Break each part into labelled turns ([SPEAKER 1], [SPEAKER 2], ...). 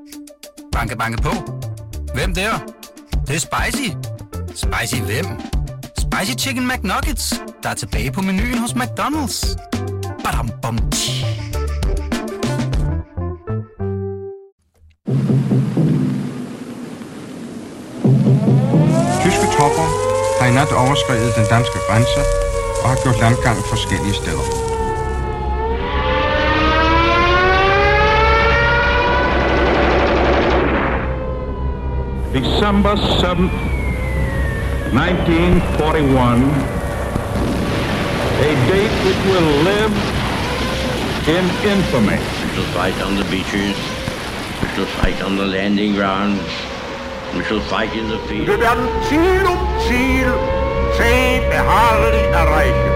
[SPEAKER 1] Banke, banke på. Hvem der? Det er spicy. Spicy hvem? Spicy Chicken McNuggets, der er tilbage på menuen hos McDonald's. Badum, bom, tji.
[SPEAKER 2] Tyske tropper har i nat overskredet den danske grænse og har gjort landgang forskellige steder.
[SPEAKER 3] December 7th, 1941, a date which will live in infamy.
[SPEAKER 4] We shall fight on the beaches, we shall fight on the landing grounds, we shall fight in the field.
[SPEAKER 5] Wir werden Ziel um Ziel zäh beharrlich erreichen.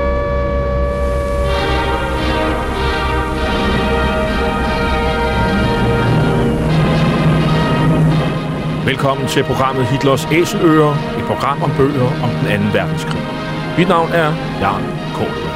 [SPEAKER 6] Velkommen til programmet Hitlers Æseløer, et program om bøger om den 2. verdenskrig. Mit navn er Jan Kåre.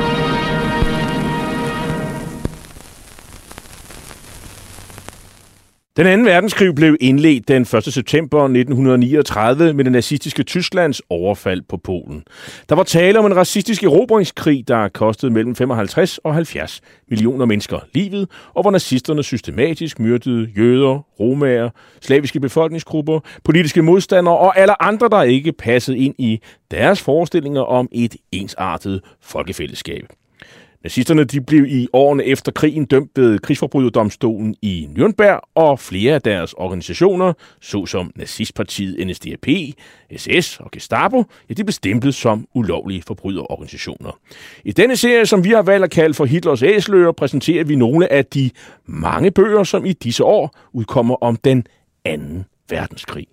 [SPEAKER 6] Den 2. verdenskrig blev indledt den 1. september 1939 med det nazistiske Tysklands overfald på Polen. Der var tale om en racistisk erobringskrig, der kostede mellem 55 og 70 millioner mennesker livet, og hvor nazisterne systematisk myrdede jøder, romaer, slaviske befolkningsgrupper, politiske modstandere og alle andre, der ikke passede ind i deres forestillinger om et ensartet folkefællesskab. Nazisterne de blev i årene efter krigen dømt ved krigsforbryderdomstolen i Nürnberg, og flere af deres organisationer, såsom nazistpartiet NSDAP, SS og Gestapo, de blev stemplet som ulovlige forbryderorganisationer. I denne serie, som vi har valgt at kalde for Hitlers Æseløer, præsenterer vi nogle af de mange bøger, som i disse år udkommer om den 2. verdenskrig.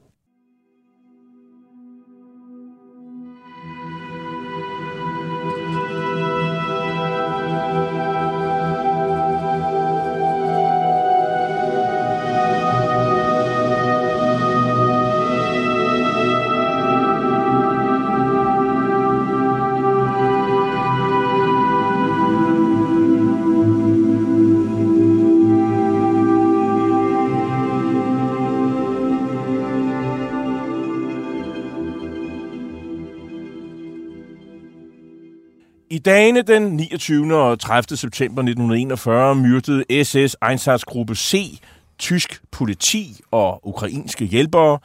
[SPEAKER 6] I dagene den 29. og 30. september 1941 myrdede SS Einsatzgruppe C, tysk politi og ukrainske hjælpere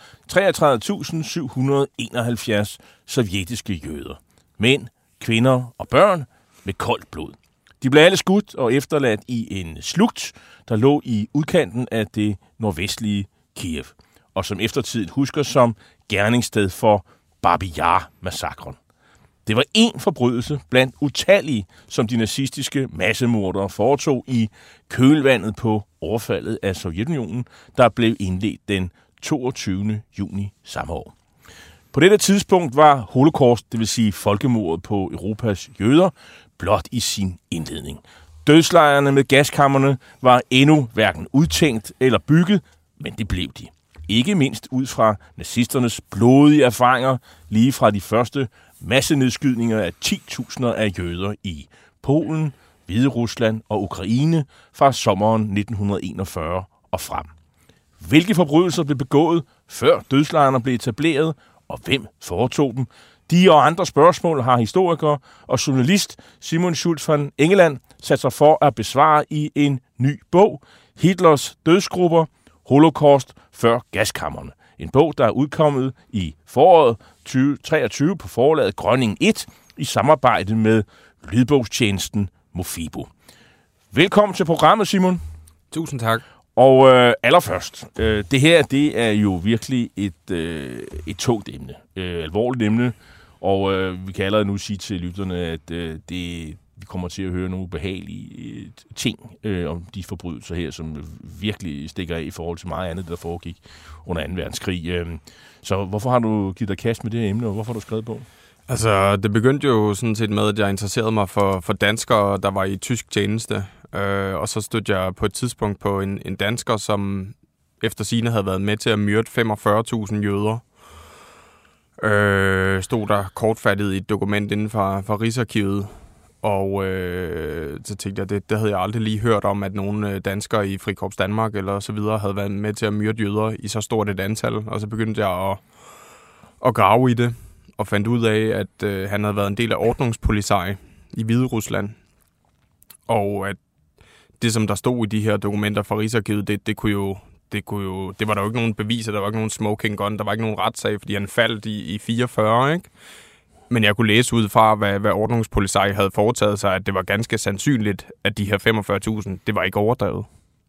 [SPEAKER 6] 33.771 sovjetiske jøder. Mænd, kvinder og børn med koldt blod. De blev alle skudt og efterladt i en slugt, der lå i udkanten af det nordvestlige Kiev, og som eftertiden husker som gerningssted for Babi Yar-massakren. Det var én forbrydelse blandt utallige, som de nazistiske massemordere foretog i kølvandet på overfaldet af Sovjetunionen, der blev indledt den 22. juni samme år. På dette tidspunkt var holocaust, det vil sige folkemordet på Europas jøder, blot i sin indledning. Dødslejrene med gaskammerne var endnu hverken udtænkt eller bygget, men det blev de. Ikke mindst ud fra nazisternes blodige erfaringer lige fra de første massenedskydninger af 10.000 af jøder i Polen, Hviderusland og Ukraine fra sommeren 1941 og frem. Hvilke forbrydelser blev begået, før dødslejrene blev etableret, og hvem foretog dem? De og andre spørgsmål har historiker og journalist Simon Schultz von Engeland sat sig for at besvare i en ny bog, Hitlers dødsgrupper, Holocaust før gaskammerne. En bog, der er udkommet i foråret 2023 på forlaget Grønning 1 i samarbejde med lydbogstjenesten Mofibo. Velkommen til programmet, Simon.
[SPEAKER 7] Tusind tak.
[SPEAKER 6] Og allerførst, det her det er jo virkelig et tungt emne, alvorligt emne, og vi kan allerede nu sige til lytterne, at vi kommer til at høre nogle ubehagelige ting om de forbrydelser her, som virkelig stikker af i forhold til meget andet, der foregik under 2. verdenskrig. Så hvorfor har du givet dig kast med det her emne, og hvorfor har du skrevet på?
[SPEAKER 7] Altså, det begyndte jo sådan set med, at jeg interesserede mig for danskere, der var i tysk tjeneste. Og så stødte jeg på et tidspunkt på en dansker, som efter sigende havde været med til at myrde 45.000 jøder. Stod der kortfattet i et dokument inden for Rigsarkivet. Og så tænkte jeg, det havde jeg aldrig lige hørt om, at nogle danskere i Frikorps Danmark eller så videre havde været med til at myrde jøder i så stort et antal. Og så begyndte jeg at grave i det, og fandt ud af, at han havde været en del af Ordnungspolizei i Hviderusland. Og at det, som der stod i de her dokumenter fra Rigsarkivet, det var der jo ikke nogen beviser, der var ikke nogen smoking gun, der var ikke nogen retssag, fordi han faldt i 44, ikke? Men jeg kunne læse ud fra, hvad Ordnungspolizei havde foretaget sig, at det var ganske sandsynligt, at de her 45.000, det var ikke overdrevet.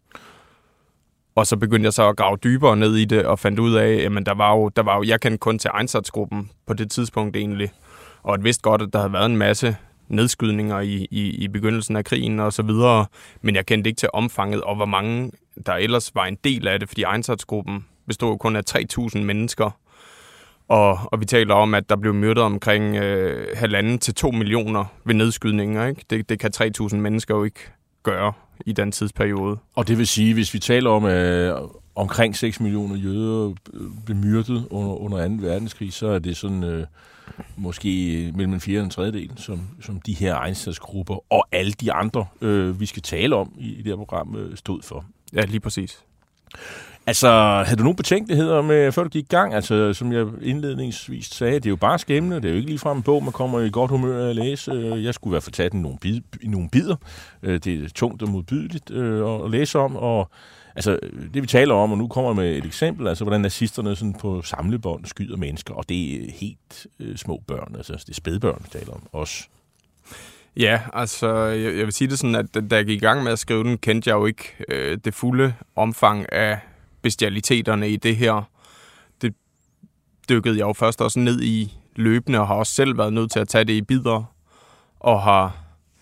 [SPEAKER 7] Og så begyndte jeg så at grave dybere ned i det, og fandt ud af, jamen der var jo jeg kendte kun til Einsatzgruppen på det tidspunkt egentlig, og jeg vidste godt, at der havde været en masse nedskydninger i begyndelsen af krigen og så videre, men jeg kendte ikke til omfanget, og hvor mange der ellers var en del af det, fordi Einsatzgruppen bestod kun af 3.000 mennesker, og vi taler om, at der blev myrdet omkring 1,5 til 2 millioner ved nedskydninger, ikke? Det kan 3.000 mennesker jo ikke gøre i den tidsperiode. Og
[SPEAKER 6] det vil sige, hvis vi taler om, omkring 6 millioner jøder blev myrdet under 2. verdenskrig, så er det sådan måske mellem en 4. og en tredjedel, som de her Einsatzgrupper og alle de andre, vi skal tale om i det her program, stod for.
[SPEAKER 7] Ja, lige præcis.
[SPEAKER 6] Altså, havde du nogle betænkeligheder med, før du gik i gang? Altså, som jeg indledningsvis sagde, det er jo bare skæmmende. Det er jo ikke ligefrem en bog, man kommer i godt humør at læse. Jeg skulle i hvert fald tage den i nogle bidder. Det er tungt og modbydeligt at læse om. Og altså, det vi taler om, og nu kommer jeg med et eksempel, altså hvordan nazisterne sådan på samlebånd skyder mennesker, og det er helt små børn, altså det er spædbørn, vi taler om også.
[SPEAKER 7] Ja, altså jeg vil sige det sådan, at da jeg gik i gang med at skrive den, kendte jeg jo ikke det fulde omfang af bestialiteterne i det her. Det dykkede jeg jo først også ned i løbende, og har også selv været nødt til at tage det i bidder, og har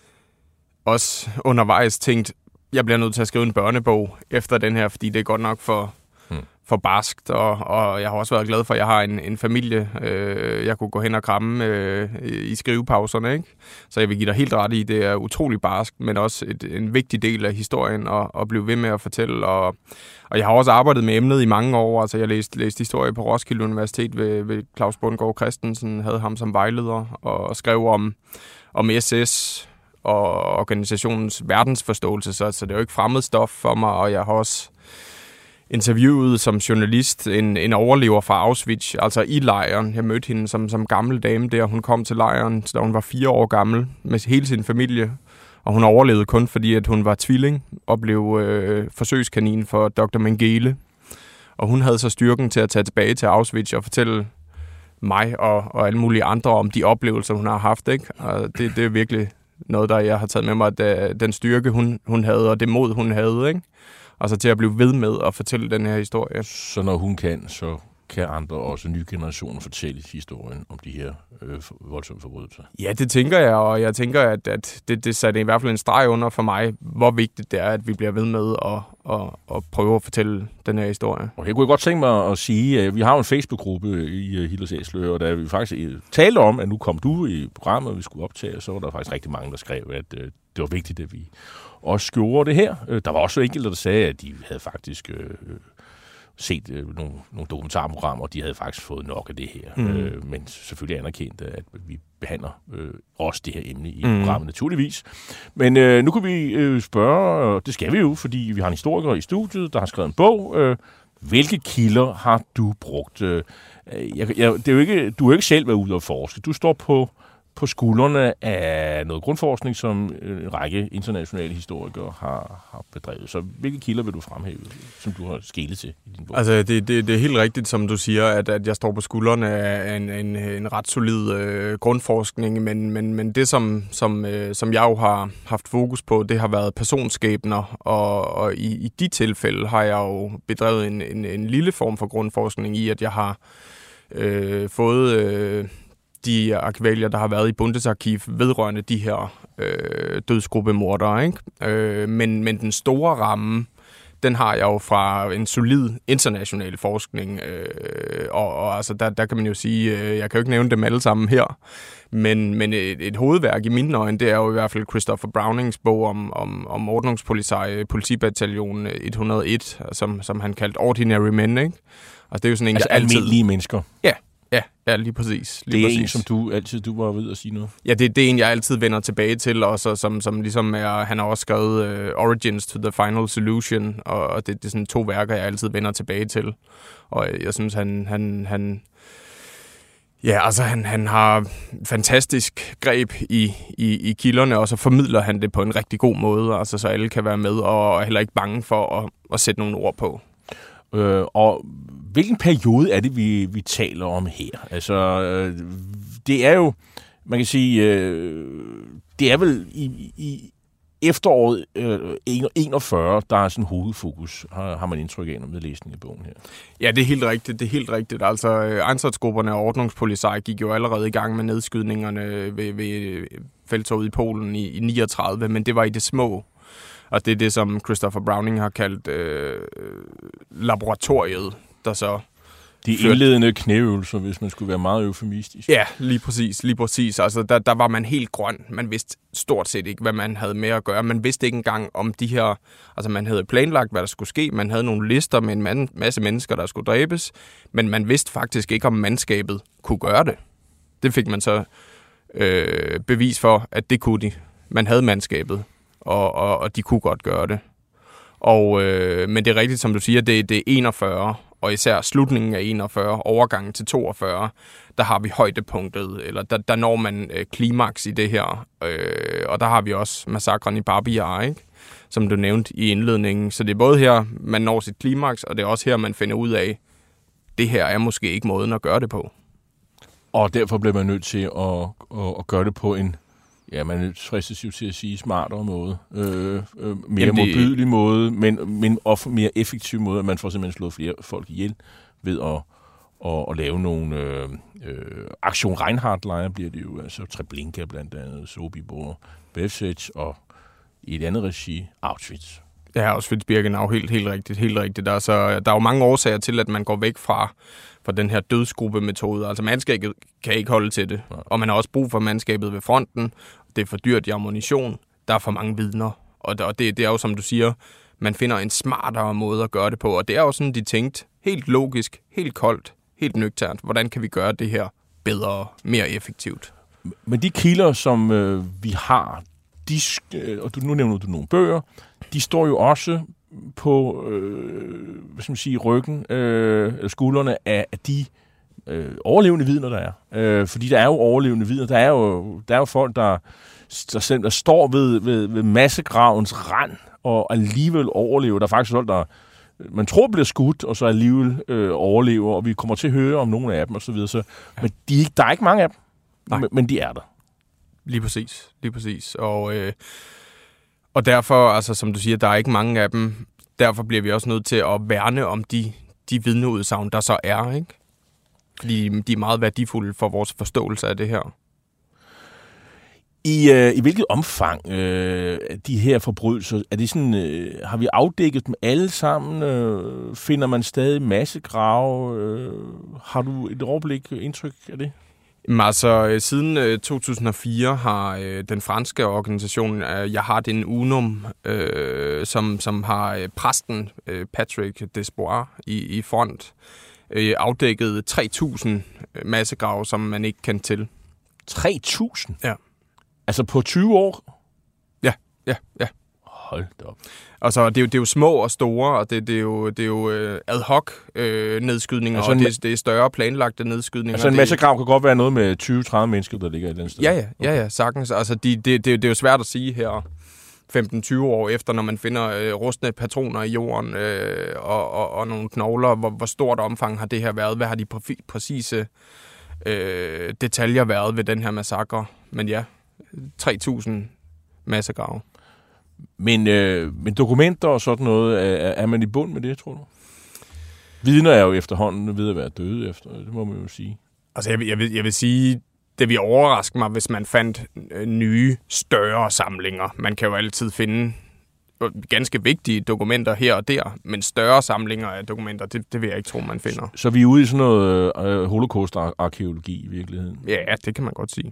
[SPEAKER 7] også undervejs tænkt, jeg bliver nødt til at skrive en børnebog efter den her, fordi det er godt nok for barskt, og jeg har også været glad for, at jeg har en familie, jeg kunne gå hen og kramme i skrivepauserne, ikke? Så jeg vil give dig helt ret i, det er utrolig barskt, men også en vigtig del af historien at blive ved med at fortælle, og jeg har også arbejdet med emnet i mange år, altså jeg læste historie på Roskilde Universitet ved Claus Bundgaard Christensen, havde ham som vejleder, og skrev om SS og organisationens verdensforståelse, så det er jo ikke fremmed stof for mig, og jeg har også interviewet som journalist en overlever fra Auschwitz, altså i lejren. Jeg mødte hende som gammel dame der. Hun kom til lejren, da hun var 4 år gammel, med hele sin familie. Og hun overlevede kun fordi, at hun var tvilling og blev forsøgskanin for Dr. Mengele. Og hun havde så styrken til at tage tilbage til Auschwitz og fortælle mig og alle mulige andre om de oplevelser, hun har haft, ikke? Og det er virkelig noget, der jeg har taget med mig, at den styrke, hun havde, og det mod, hun havde, ikke? Altså til at blive ved med at fortælle den her historie.
[SPEAKER 6] Så når hun kan, så kan andre også nye generationer fortælle historien om de her voldsomme forbrydelser?
[SPEAKER 7] Ja, det tænker jeg, og jeg tænker, at det satte i hvert fald en streg under for mig, hvor vigtigt det er, at vi bliver ved med at prøve at fortælle den her historie.
[SPEAKER 6] Og jeg kunne godt tænke mig at sige, at vi har en Facebook-gruppe i Hitlers Æseløer, og da vi faktisk talte om, at nu kom du i programmet, og vi skulle optage, så var der faktisk rigtig mange, der skrev, at det var vigtigt, at vi også gjorde det her. Der var også enkelte, der sagde, at de havde faktisk set nogle dokumentarprogrammer, og de havde faktisk fået nok af det her. Men selvfølgelig anerkendt, at vi behandler også det her emne i programmet naturligvis. Men nu kan vi spørge, og det skal vi jo, fordi vi har en historiker i studiet, der har skrevet en bog. Hvilke kilder har du brugt? Det er jo ikke, du er jo ikke selv været ude og forske. Du står på skuldrene af noget grundforskning, som en række internationale historikere har bedrevet. Så hvilke kilder vil du fremhæve, som du har skelet til i din bog?
[SPEAKER 7] Altså, det er helt rigtigt, som du siger, at jeg står på skuldrene af en ret solid grundforskning, men det, som jeg jo har haft fokus på, det har været personskæbner, og i de tilfælde har jeg jo bedrevet en lille form for grundforskning i, at jeg har fået de arkivalier, der har været i Bundesarkiv vedrørende de her dødsgruppemordere, ikke? Men den store ramme, den har jeg jo fra en solid international forskning, og altså der kan man jo sige, jeg kan jo ikke nævne dem alle sammen her, men et hovedværk i mine øjne, det er jo i hvert fald Christopher Brownings bog om Ordnungspolizei, politibataljon 101, som han kaldte Ordinary Men, ikke? Altså det er jo sådan en,
[SPEAKER 6] altså almindelige mennesker.
[SPEAKER 7] Ja. Ja, lige præcis.
[SPEAKER 6] Det er en, som du var ved at sige noget.
[SPEAKER 7] Ja, det er en, jeg altid vender tilbage til, og så, som ligesom han har også skrevet Origins to the Final Solution, og det er sådan 2 værker, jeg altid vender tilbage til. Og jeg synes, han har fantastisk greb i kilderne, og så formidler han det på en rigtig god måde, altså så alle kan være med, og er heller ikke bange for at sætte nogle ord på.
[SPEAKER 6] Og hvilken periode er det, vi taler om her? Altså, det er jo, man kan sige, det er vel i efteråret 41, der er sådan hovedfokus, har man indtryk af, med læsning af bogen her. Ja,
[SPEAKER 7] det er helt rigtigt. Altså, Einsatzgrupperne og Ordnungspolizei gik jo allerede i gang med nedskydningerne ved felttoget i Polen i 39, men det var i det små. Og det er det, som Christopher Browning har kaldt laboratoriet, der så...
[SPEAKER 6] De indledende knæøvelser, hvis man skulle være meget eufemistisk.
[SPEAKER 7] Ja, lige præcis. Altså, der var man helt grøn. Man vidste stort set ikke, hvad man havde med at gøre. Man vidste ikke engang om de her... Altså, man havde planlagt, hvad der skulle ske. Man havde nogle lister med en masse mennesker, der skulle dræbes. Men man vidste faktisk ikke, om mandskabet kunne gøre det. Det fik man så bevis for, at det kunne de. Man havde mandskabet, og de kunne godt gøre det. Men det er rigtigt, som du siger, det er 41, og især slutningen af 41, overgangen til 42, der har vi højdepunktet, eller der når man klimaks i det her. Og der har vi også massakren i Babi Yar, ikke? Som du nævnte i indledningen. Så det er både her, man når sit klimaks, og det er også her, man finder ud af, det her er måske ikke måden at gøre det på.
[SPEAKER 6] Og derfor bliver man nødt til at gøre det på en... Ja, man fristes jo til at sige smartere måde. Mere modbydelig måde, men også mere effektiv måde, at man får simpelthen slået flere folk ihjel ved at lave nogle Aktion Reinhardt-lejre, bliver det jo. Altså Treblinka blandt andet, Sobibor, Belzec og i et andet regi, Auschwitz.
[SPEAKER 7] Ja, Auschwitz-Birkenau, helt rigtigt. Altså, der er jo mange årsager til, at man går væk fra den her dødsgruppemetode. Altså mandskabet kan ikke holde til det, og man har også brug for mandskabet ved fronten. Det er for dyrt i ammunition. Der er for mange vidner. Og det er jo, som du siger, man finder en smartere måde at gøre det på. Og det er jo sådan, de tænkte, helt logisk, helt koldt, helt nøgternt. Hvordan kan vi gøre det her bedre, mere effektivt?
[SPEAKER 6] Men de kilder, som vi har, og nu nævner du nogle bøger, de står jo også på ryggen, skuldrene af de overlevende vidner, der er. Fordi der er jo overlevende vidner. Der er jo folk, der står ved massegravens rand og alligevel overlever. Der er faktisk folk, der man tror bliver skudt, og så alligevel overlever, og vi kommer til at høre om nogle af dem og så videre. Så, men der er ikke mange af dem, men de er der.
[SPEAKER 7] Lige præcis. Og derfor, altså som du siger, der er ikke mange af dem. Derfor bliver vi også nødt til at værne om de vidneudsagn, der så er, ikke? Fordi de er meget værdifulde for vores forståelse af det her.
[SPEAKER 6] I hvilket omfang de her forbrydelser, er det sådan, har vi afdækket dem alle sammen? Finder man stadig massegrave? Har du et overblik, indtryk af det?
[SPEAKER 7] Altså, siden 2004 har den franske organisation Jihad in Unum, som har præsten Patrick Desbois i front, afdækket 3.000 massegrave, som man ikke kendte til.
[SPEAKER 6] 3.000?
[SPEAKER 7] Ja.
[SPEAKER 6] Altså på 20 år?
[SPEAKER 7] Ja.
[SPEAKER 6] Hold da op.
[SPEAKER 7] Altså, det er jo små og store, og det er jo ad hoc nedskydninger, altså og det er større planlagte nedskydninger.
[SPEAKER 6] Altså en massegrav kan godt være noget med 20-30 mennesker, der ligger et eller andet sted?
[SPEAKER 7] Ja, sagtens. Altså, det er jo svært at sige her 15-20 år efter, når man finder rustne patroner i jorden og nogle knogler. Hvor stort omfang har det her været? Hvad har de præcise detaljer været ved den her massakre? Men ja, 3.000 massegrave.
[SPEAKER 6] Men dokumenter og sådan noget, er man i bund med det, tror du? Vidner er jo efterhånden ved at være døde efter, det må man jo sige.
[SPEAKER 7] Altså jeg vil sige, det vil overraske mig, hvis man fandt nye, større samlinger. Man kan jo altid finde ganske vigtige dokumenter her og der, men større samlinger af dokumenter, det vil jeg ikke tro, man finder.
[SPEAKER 6] Så vi er ude i sådan noget holocaust-arkeologi i virkeligheden?
[SPEAKER 7] Ja, det kan man godt sige.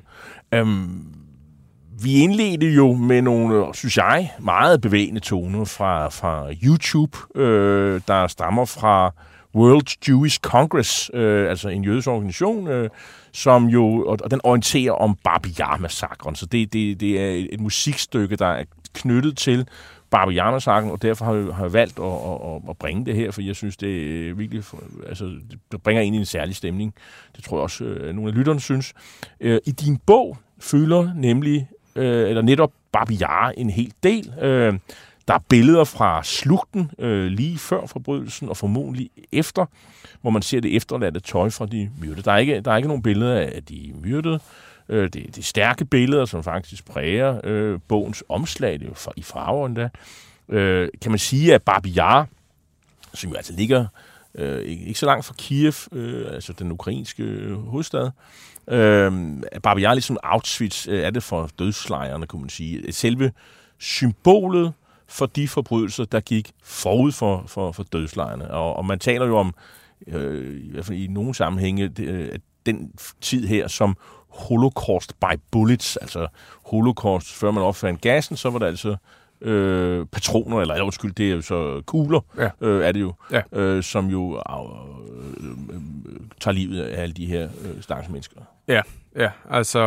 [SPEAKER 6] Vi indledte jo med nogle, synes jeg, meget bevægende toner fra YouTube, der stammer fra World Jewish Congress, altså en jødisk organisation, som jo, og den orienterer om Babi Yar-massakren. Så det er et musikstykke, der er knyttet til Babi Yar-massakren, og derfor har jeg valgt at bringe det her, for jeg synes, det er virkelig, altså, det bringer ind i en særlig stemning. Det tror jeg også, nogle af lytterne synes. I din bog fylder nemlig, eller netop Babi Yar en hel del. Der er billeder fra slugten lige før forbrydelsen og formodentlig efter, hvor man ser det efterladte tøj fra de myrdede. Der er ikke nogen billeder af de myrdede. Det er stærke billeder, som faktisk præger bogens omslag, det er jo i farver endda. Kan man sige, at Babi Yar, som jo altså ligger ikke så langt fra Kiev, altså den ukrainske hovedstad, Babi Yar, ligesom Auschwitz, er det for dødslejrene, kunne man sige. Selve symbolet for de forbrydelser, der gik forud for dødslejrene. Og man taler jo om, i hvert fald i nogle sammenhænge, den tid her som Holocaust by bullets, altså Holocaust, før man opfandt gassen, så var der altså patroner, eller undskyld, det er jo så kugler, er det jo, som jo tager livet af alle de her stakkels mennesker.
[SPEAKER 7] Ja, altså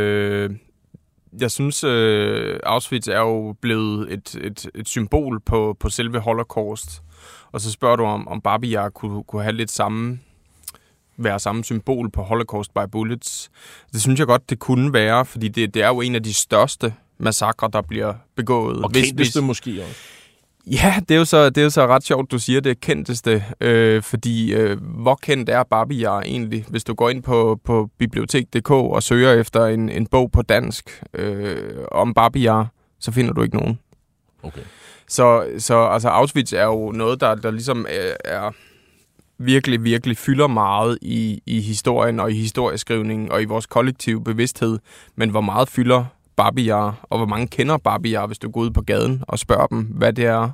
[SPEAKER 7] jeg synes, Auschwitz er jo blevet et symbol på selve Holocaust, og så spørger du om Babi Yar kunne have lidt være samme symbol på Holocaust by bullets. Det synes jeg godt, det kunne være, fordi det er jo en af de største massakrer, der bliver begået.
[SPEAKER 6] Og kendteste måske også.
[SPEAKER 7] Ja, det er jo så ret sjovt, du siger det kendteste, fordi hvor kendt er Babi Yar egentlig? Hvis du går ind på bibliotek.dk og søger efter en bog på dansk om Babi Yar, så finder du ikke nogen.
[SPEAKER 6] Okay.
[SPEAKER 7] Så altså Auschwitz er jo noget, der ligesom er virkelig, virkelig fylder meget i historien og i historieskrivningen og i vores kollektive bevidsthed. Men hvor meget fylder Babi Yar, og hvor mange kender Babi Yar, hvis du går ud på gaden og spørger dem, hvad det er.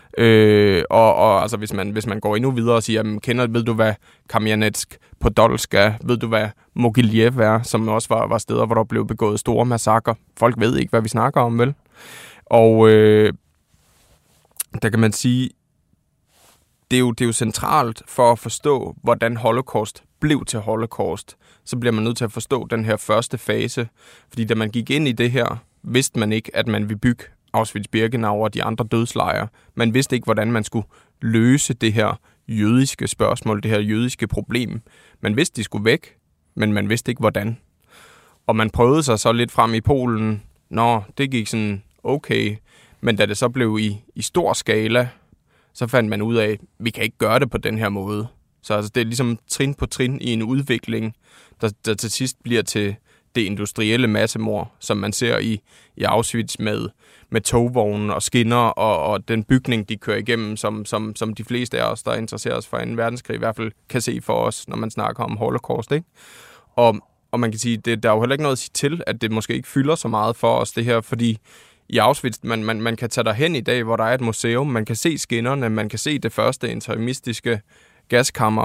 [SPEAKER 7] Og altså, hvis man går endnu videre og siger, ved du, hvad Kamianetsk, Podolsk er? Ved du, hvad Mogiljev er? Som også var steder, hvor der blev begået store massakrer. Folk ved ikke, hvad vi snakker om, vel? Og der kan man sige, det er jo centralt for at forstå, hvordan Holocaust blev til Holocaust. Så bliver man nødt til at forstå den her første fase. Fordi da man gik ind i det her, vidste man ikke, at man ville bygge Auschwitz-Birkenau og de andre dødslejre. Man vidste ikke, hvordan man skulle løse det her jødiske spørgsmål, det her jødiske problem. Man vidste, de skulle væk, men man vidste ikke, hvordan. Og man prøvede sig så lidt frem i Polen. Det gik sådan okay. Men da det så blev i stor skala, så fandt man ud af, at vi kan ikke gøre det på den her måde. Så altså, det er ligesom trin på trin i en udvikling, der til sidst bliver til det industrielle massemord, som man ser i Auschwitz med togvognen og skinner og den bygning, de kører igennem, som de fleste af os, der interesserer os for 2. verdenskrig, i hvert fald kan se for os, når man snakker om Holocaust, ikke? Og man kan sige, der er jo heller ikke noget at sige til, at det måske ikke fylder så meget for os, det her, fordi i Auschwitz, man kan tage derhen i dag, hvor der er et museum, man kan se skinnerne, man kan se det første interimistiske gaskammer,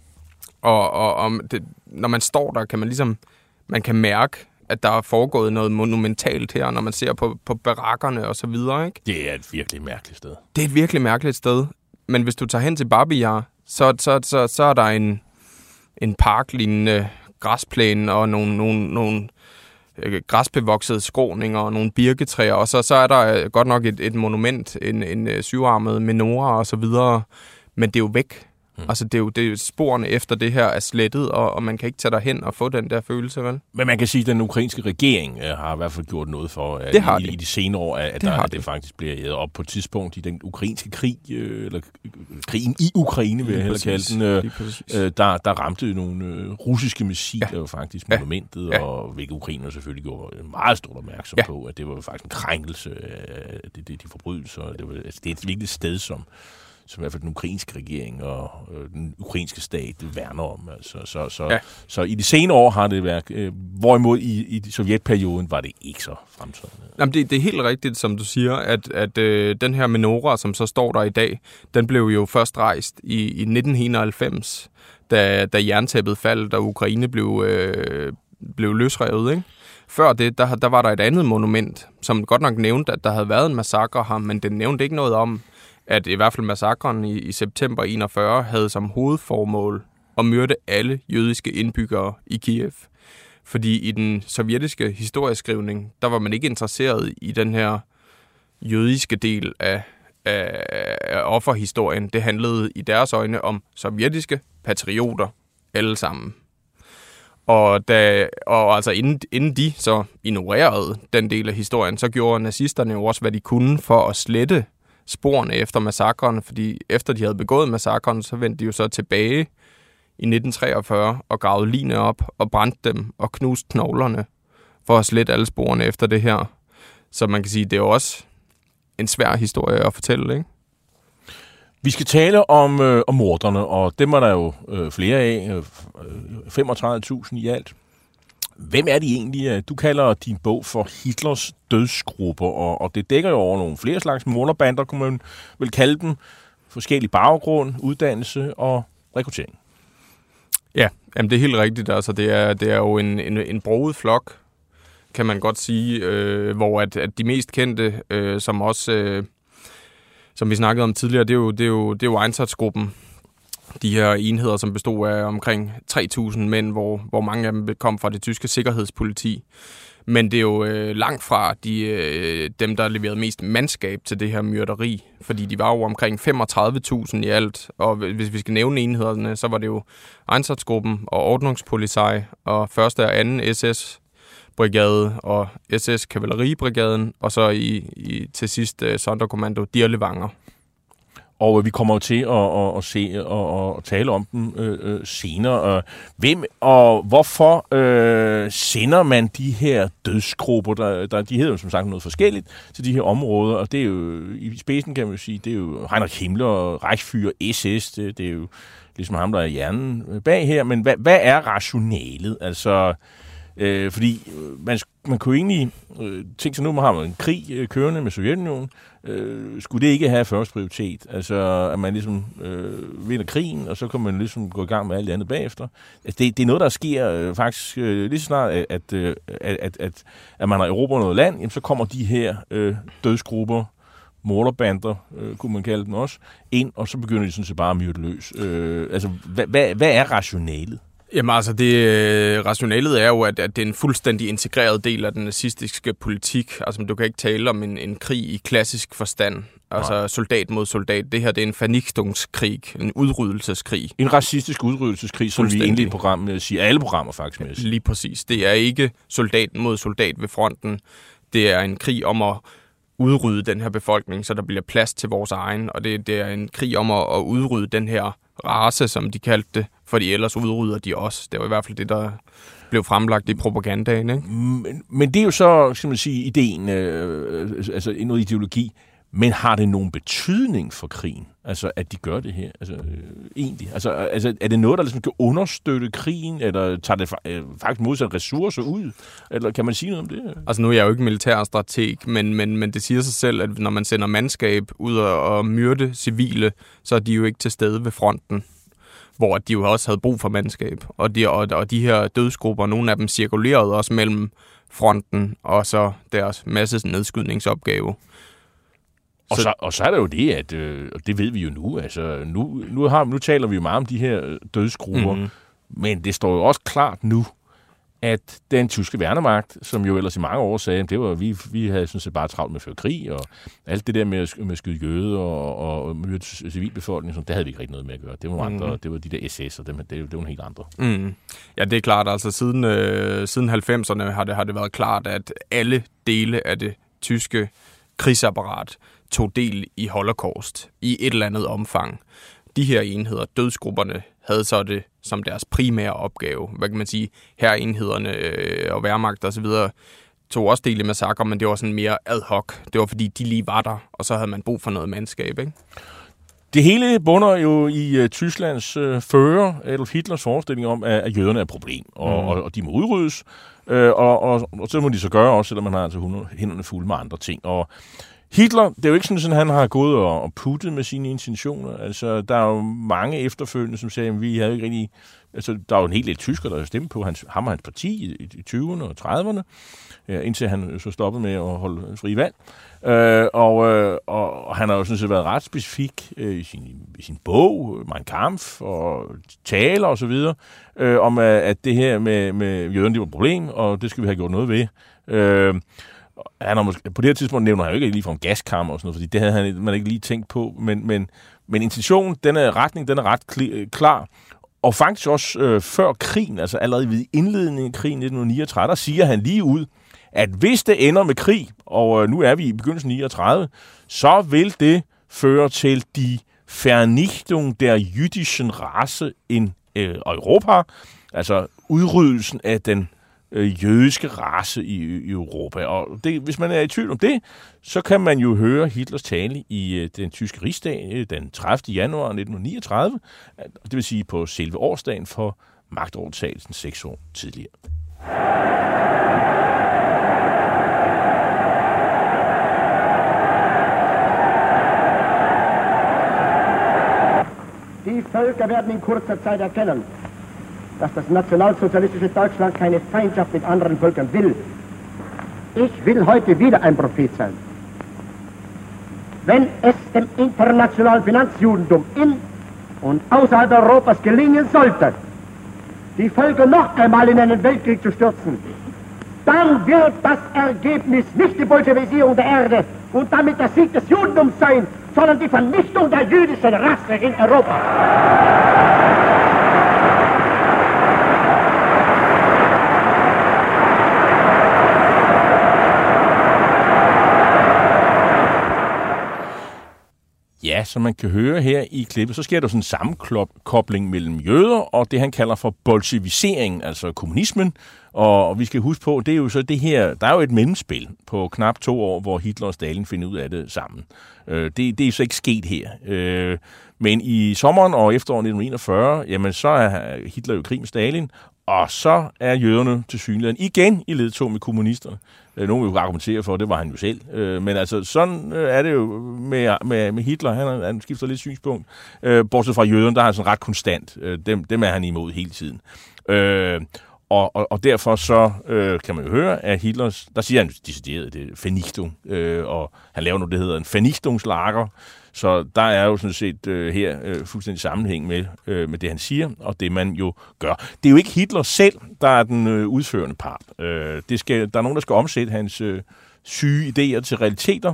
[SPEAKER 7] og når man står der, kan man ligesom, man kan mærke, at der er foregået noget monumentalt her, når man ser på barakkerne og så videre, ikke?
[SPEAKER 6] Det er et virkelig mærkeligt sted.
[SPEAKER 7] Det er et virkelig mærkeligt sted, men hvis du tager hen til Babi Yar, så er der en parklignende græsplæne og nogle græsbevoksede skråninger og nogle birketræer, og så er der godt nok et monument, en syvarmet menorah og så videre, men det er jo væk. Altså, det er jo sporene efter det her er slettet, og man kan ikke tage derhen og få den der følelse, vel?
[SPEAKER 6] Men man kan sige, at den ukrainske regering har i hvert fald gjort noget for, at i de senere år, at det faktisk bliver ædet op på et tidspunkt i den ukrainske krig, eller krigen i Ukraine, vil jeg hellere kalde den, der ramte nogle russiske missiler jo faktisk monumentet, og hvilket ukrainerne selvfølgelig gjorde meget stort opmærksom på, at det var faktisk en krænkelse af de forbrydelser. Det er et virkelig sted, som i hvert fald den ukrainske regering og den ukrainske stat værner om. Altså, så i de senere år har det været, hvorimod i sovjetperioden var det ikke så fremtrædende.
[SPEAKER 7] Jamen, det er helt rigtigt, som du siger, at den her menorah, som så står der i dag, den blev jo først rejst i 1991, da jerntæppet faldt, og Ukraine blev løsrevet, ikke? Før det, der var der et andet monument, som godt nok nævnte, at der havde været en massakre her, men den nævnte ikke noget om, at i hvert fald massakren i september 41 havde som hovedformål at myrde alle jødiske indbyggere i Kiev. Fordi i den sovjetiske historieskrivning, der var man ikke interesseret i den her jødiske del af offerhistorien. Det handlede i deres øjne om sovjetiske patrioter, alle sammen. Og altså inden de så ignorerede den del af historien, så gjorde nazisterne jo også, hvad de kunne for at slette sporene efter massakren, fordi efter de havde begået massakren, så vendte de jo så tilbage i 1943 og gravede ligene op og brændte dem og knuste knoglerne for at slette alle sporene efter det her. Så man kan sige, det er jo også en svær historie at fortælle, ikke?
[SPEAKER 6] Vi skal tale om morderne, og dem er der jo flere af, 35.000 i alt. Hvem er de egentlig? Du kalder din bog for Hitlers dødsgrupper, og det dækker jo over nogle flere slags morderbander, kunne man vel kalde dem. Forskellig baggrund, uddannelse og rekruttering.
[SPEAKER 7] Ja, jamen det er helt rigtigt. Altså, det er jo en broget flok, kan man godt sige, hvor at de mest kendte, som også... som vi snakkede om tidligere, det er jo Einsatzgruppen. De her enheder, som bestod af omkring 3.000 mænd, hvor mange af dem kom fra det tyske sikkerhedspoliti. Men det er jo langt fra dem, der leverede mest mandskab til det her myrderi. Fordi de var jo omkring 35.000 i alt. Og hvis vi skal nævne enhederne, så var det jo Einsatzgruppen og Ordnungspolizei og 1. og 2. SS-brigade og SS-kavaleribrigaden, og så til sidst Sonderkommando Dirlewanger.
[SPEAKER 6] Og vi kommer jo til at se og tale om dem senere. Hvem og hvorfor sender man de her dødsgrupper, de hedder jo som sagt noget forskelligt, til de her områder, og det er jo, i spidsen kan man jo sige, det er jo Heinrich Himmler, Reichsführer, SS, det er jo ligesom ham, der er hjernen bag her, men hvad er rationalet? Altså... fordi man kunne egentlig tænke sig nu, man har en krig kørende med Sovjetunionen. Skulle det ikke have første prioritet? Altså, at man ligesom vinder krigen, og så kan man ligesom gå i gang med alt det andet bagefter. Altså, det er noget, der sker faktisk lige så snart, at man har erobret noget land, jamen, så kommer de her dødsgrupper, morderbander, kunne man kalde dem også, ind, og så begynder de sådan set bare at myrde løs. Altså, hvad er rationalet?
[SPEAKER 7] Jamen altså, rationalet er jo, at det er en fuldstændig integreret del af den nazistiske politik. Altså, du kan ikke tale om en krig i klassisk forstand. Altså, soldat mod soldat. Det her, det er en Vernichtungskrig, en udryddelseskrig.
[SPEAKER 6] En racistisk udryddelseskrig, som vi egentlig i programmet siger. Alle programmer faktisk med.
[SPEAKER 7] Lige præcis. Det er ikke soldat mod soldat ved fronten. Det er en krig om at udrydde den her befolkning, så der bliver plads til vores egen. Og det er en krig om at udrydde den her race, som de kaldte det, fordi ellers udrydder de også. Det var i hvert fald det, der blev fremlagt i propagandaen, ikke?
[SPEAKER 6] Men det er jo så, skal man sige, ideen, altså noget ideologi, men har det nogen betydning for krigen, altså at de gør det her, altså egentlig? Altså er det noget, der ligesom kan understøtte krigen, eller tager det faktisk modsat ressourcer ud, eller kan man sige noget om det?
[SPEAKER 7] Altså nu er jeg jo ikke militærstrateg, men det siger sig selv, at når man sender mandskab ud og myrde civile, så er de jo ikke til stede ved fronten, hvor de jo også havde brug for mandskab. Og de her dødsgrupper, nogle af dem cirkulerede også mellem fronten og så deres masse nedskydningsopgave.
[SPEAKER 6] Og så er der jo det, at og det ved vi jo nu. Altså nu taler vi jo meget om de her dødsgrupper, men det står jo også klart nu, at den tyske værnemagt, som jo ellers i mange år sagde, det var vi havde sådan set bare travlt med at føre krig, og alt det der med at skyde jøder og myrde civilbefolkningen, det havde vi ikke rigtig noget med at gøre. Det var andre, det var de der SS, og det var nogle helt andre.
[SPEAKER 7] Ja, det er klart. Altså siden 90'erne har det været klart, at alle dele af det tyske krigsapparat tog del i Holocaust i et eller andet omfang. De her enheder, dødsgrupperne, havde så det som deres primære opgave. Hvad kan man sige? Hærenhederne og værmagt og så videre tog også del i massakre, men det var sådan mere ad hoc. Det var fordi, de lige var der, og så havde man brug for noget mandskab, ikke?
[SPEAKER 6] Det hele bunder jo i Tysklands fører, Adolf Hitlers forestilling om, at jøderne er et problem, og de må udryddes. Og så må de så gøre også, selvom man har altså hænderne fulde med andre ting. Og Hitler, det er jo ikke sådan, at han har gået og puttet med sine intentioner. Altså, der er jo mange efterfølgende, som siger, at vi havde ikke rigtig... Altså, der er jo en hel del tyskere, der har stemt på ham og hans parti i 20'erne og 30'erne, indtil han så stoppede med at holde fri valg. Og han har jo sådan set været ret specifik i sin bog, Mein Kampf og taler og så videre, om at det her med jøderne, det var et problem, og det skal vi have gjort noget ved. Han har måske, på det her tidspunkt nævner han jo ikke lige fra en gaskammer og sådan noget, fordi det havde man ikke lige tænkt på, men intentionen, retning, den er ret klar. Og faktisk også før krigen, altså allerede ved indledningen af krigen 1939, der siger han lige ud, at hvis det ender med krig, og nu er vi i begyndelsen af 39, så vil det føre til de Vernichtung der jüdischen Rasse in Europa, altså udryddelsen af den jødiske race i Europa. Og det, hvis man er i tvivl om det, så kan man jo høre Hitlers tale i den tyske rigsdag den 30. januar 1939, det vil sige på selve årsdagen for magtovertagelsen 6 år tidligere.
[SPEAKER 8] Die Völker werden in kurzer Zeit erkennen, dass das nationalsozialistische Deutschland keine Feindschaft mit anderen Völkern will. Ich will heute wieder ein Prophet sein. Wenn es dem internationalen Finanzjudentum in und außerhalb Europas gelingen sollte, die Völker noch einmal in einen Weltkrieg zu stürzen, dann wird das Ergebnis nicht die Bolschewisierung der Erde und damit der Sieg des Judentums sein, sondern die Vernichtung der jüdischen Rasse in Europa.
[SPEAKER 6] Ja, som man kan høre her i klippet, så sker der sådan en sammenkobling mellem jøder og det, han kalder for bolsjevisering, altså kommunismen. Og vi skal huske på, det er jo så det her, der er jo et mellemspil på knap 2 år, hvor Hitler og Stalin finder ud af det sammen. Det er så ikke sket her. Men i sommeren og efteråret 1941, jamen så er Hitler jo i krig med Stalin, og så er jøderne tilsyneladende igen i ledtog med kommunisterne. Nogle vil jo argumentere for, det var han jo selv. Men altså, sådan er det jo med Hitler. Han skifter lidt synspunkt. Bortset fra jøderne, der er han sådan ret konstant. Dem er han imod hele tiden. Og derfor så kan man jo høre, at Hitler, der siger han decideret, det er Vernichtung, og han laver noget, det hedder en Vernichtungslager. Så der er jo sådan set her fuldstændig sammenhæng med det, han siger, og det, man jo gør. Det er jo ikke Hitler selv, der er den udførende part. Der er nogen, der skal omsætte hans syge idéer til realiteter,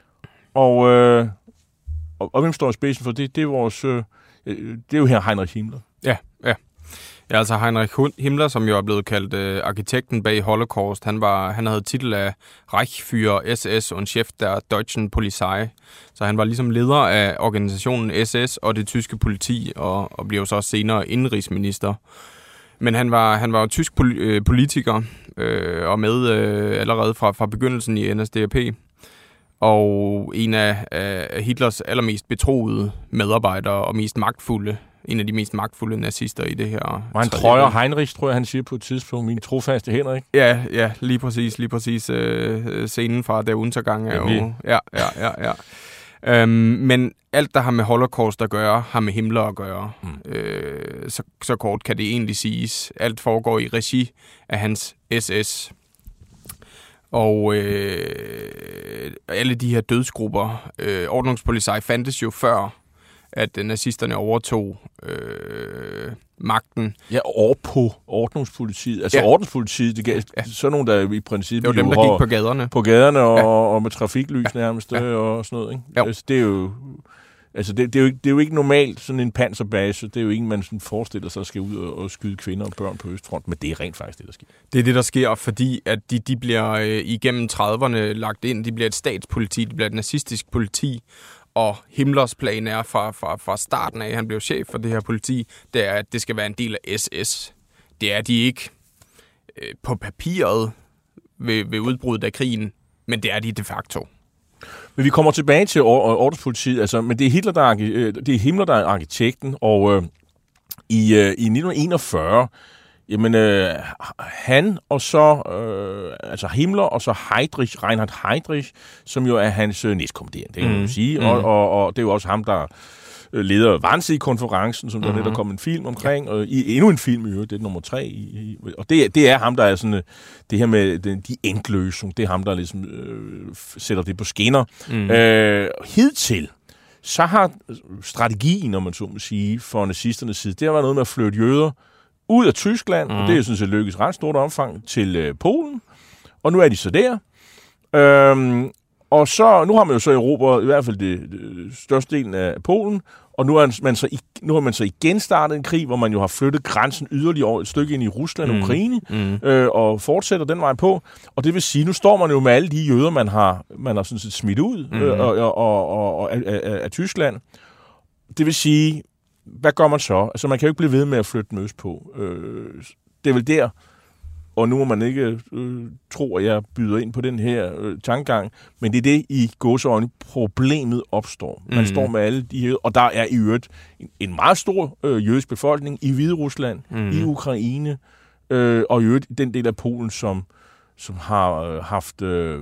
[SPEAKER 6] og hvem står i spidsen for det? Det er vores, det er jo her Heinrich Himmler.
[SPEAKER 7] Ja. Ja, altså Heinrich Himmler, som jo er blevet kaldt arkitekten bag Holocaust, han havde titel af Reichsführer SS und Chef der Deutschen Polizei. Så han var ligesom leder af organisationen SS og det tyske politi, og blev så også senere indrigsminister. Men han var jo tysk politiker, og med allerede fra begyndelsen i NSDAP. Og en af Hitlers allermest betroede medarbejdere og mest magtfulde. En af de mest magtfulde nazister i det her.
[SPEAKER 6] Og han trøjer Heinrich, tror jeg, han siger på et tidspunkt. Min trofaste Henrik.
[SPEAKER 7] Ja, lige præcis. Scenen fra der Untergang er jo... Ja. Men alt, der har med Holocaust at gøre, har med Himmler at gøre. Så kort kan det egentlig siges. Alt foregår i regi af hans SS. Og alle de her dødsgrupper, Ordnungspolizei fandtes jo før, at nazisterne overtog magten. Ja,
[SPEAKER 6] over på ordnungspolitiet. Altså ordenspolitiet, det gav sådan nogle, der i princippet...
[SPEAKER 7] Det var dem, der gik på gaderne.
[SPEAKER 6] På gaderne og med trafiklys nærmest og sådan noget. Ikke? Altså, det er jo... Altså, det er jo ikke normalt sådan en panserbase. Det er jo ikke, man sådan forestiller sig at skal ud og skyde kvinder og børn på Østfront, men det er rent faktisk det, der sker.
[SPEAKER 7] Det er det, der sker, fordi at de bliver igennem 30'erne lagt ind. De bliver et statspoliti, de bliver et nazistisk politi, og Himmlers plan er fra starten af, han blev chef for det her politi, det er, at det skal være en del af SS. Det er de ikke på papiret ved udbruddet af krigen, men det er de de facto.
[SPEAKER 6] Men vi kommer tilbage til ordenspolitiet, altså, men det er Himmler, der er arkitekten, og i 1941, Jamen, han og så, altså Himmler og så Heydrich, Reinhard Heydrich, som jo er hans næstkommanderende, det kan man jo sige. Og det er jo også ham, der leder Wannsee-konferencen, som der netop kom en film omkring, og endnu en film i øvrigt, det er nummer 3. Og det er ham, der er sådan, det her med de endløsning, det er ham, der ligesom sætter det på skinner. Hidtil, så har strategien, når man så må sige, for nazisternes side, det har været noget med at flytte jøder ud af Tyskland, og det er sådan set lykkes ret stort omfang til Polen, og nu er de så der. Og så, nu har man jo så erobret i hvert fald det største delen af Polen, og nu har man så igen startet en krig, hvor man jo har flyttet grænsen yderligere over et stykke ind i Rusland og Ukraine, og fortsætter den vej på. Og det vil sige, nu står man jo med alle de jøder, man har sådan set smidt ud af Tyskland. Det vil sige, hvad gør man så? Altså, man kan jo ikke blive ved med at flytte dem østpå. Det er vel der, og nu må man ikke tro, at jeg byder ind på den her tankegang, men det er det i gåseøjne, problemet opstår. Man står med alle de her, og der er i øvrigt en meget stor jødisk befolkning i Hviderusland, i Ukraine, og i øvrigt den del af Polen, som har haft,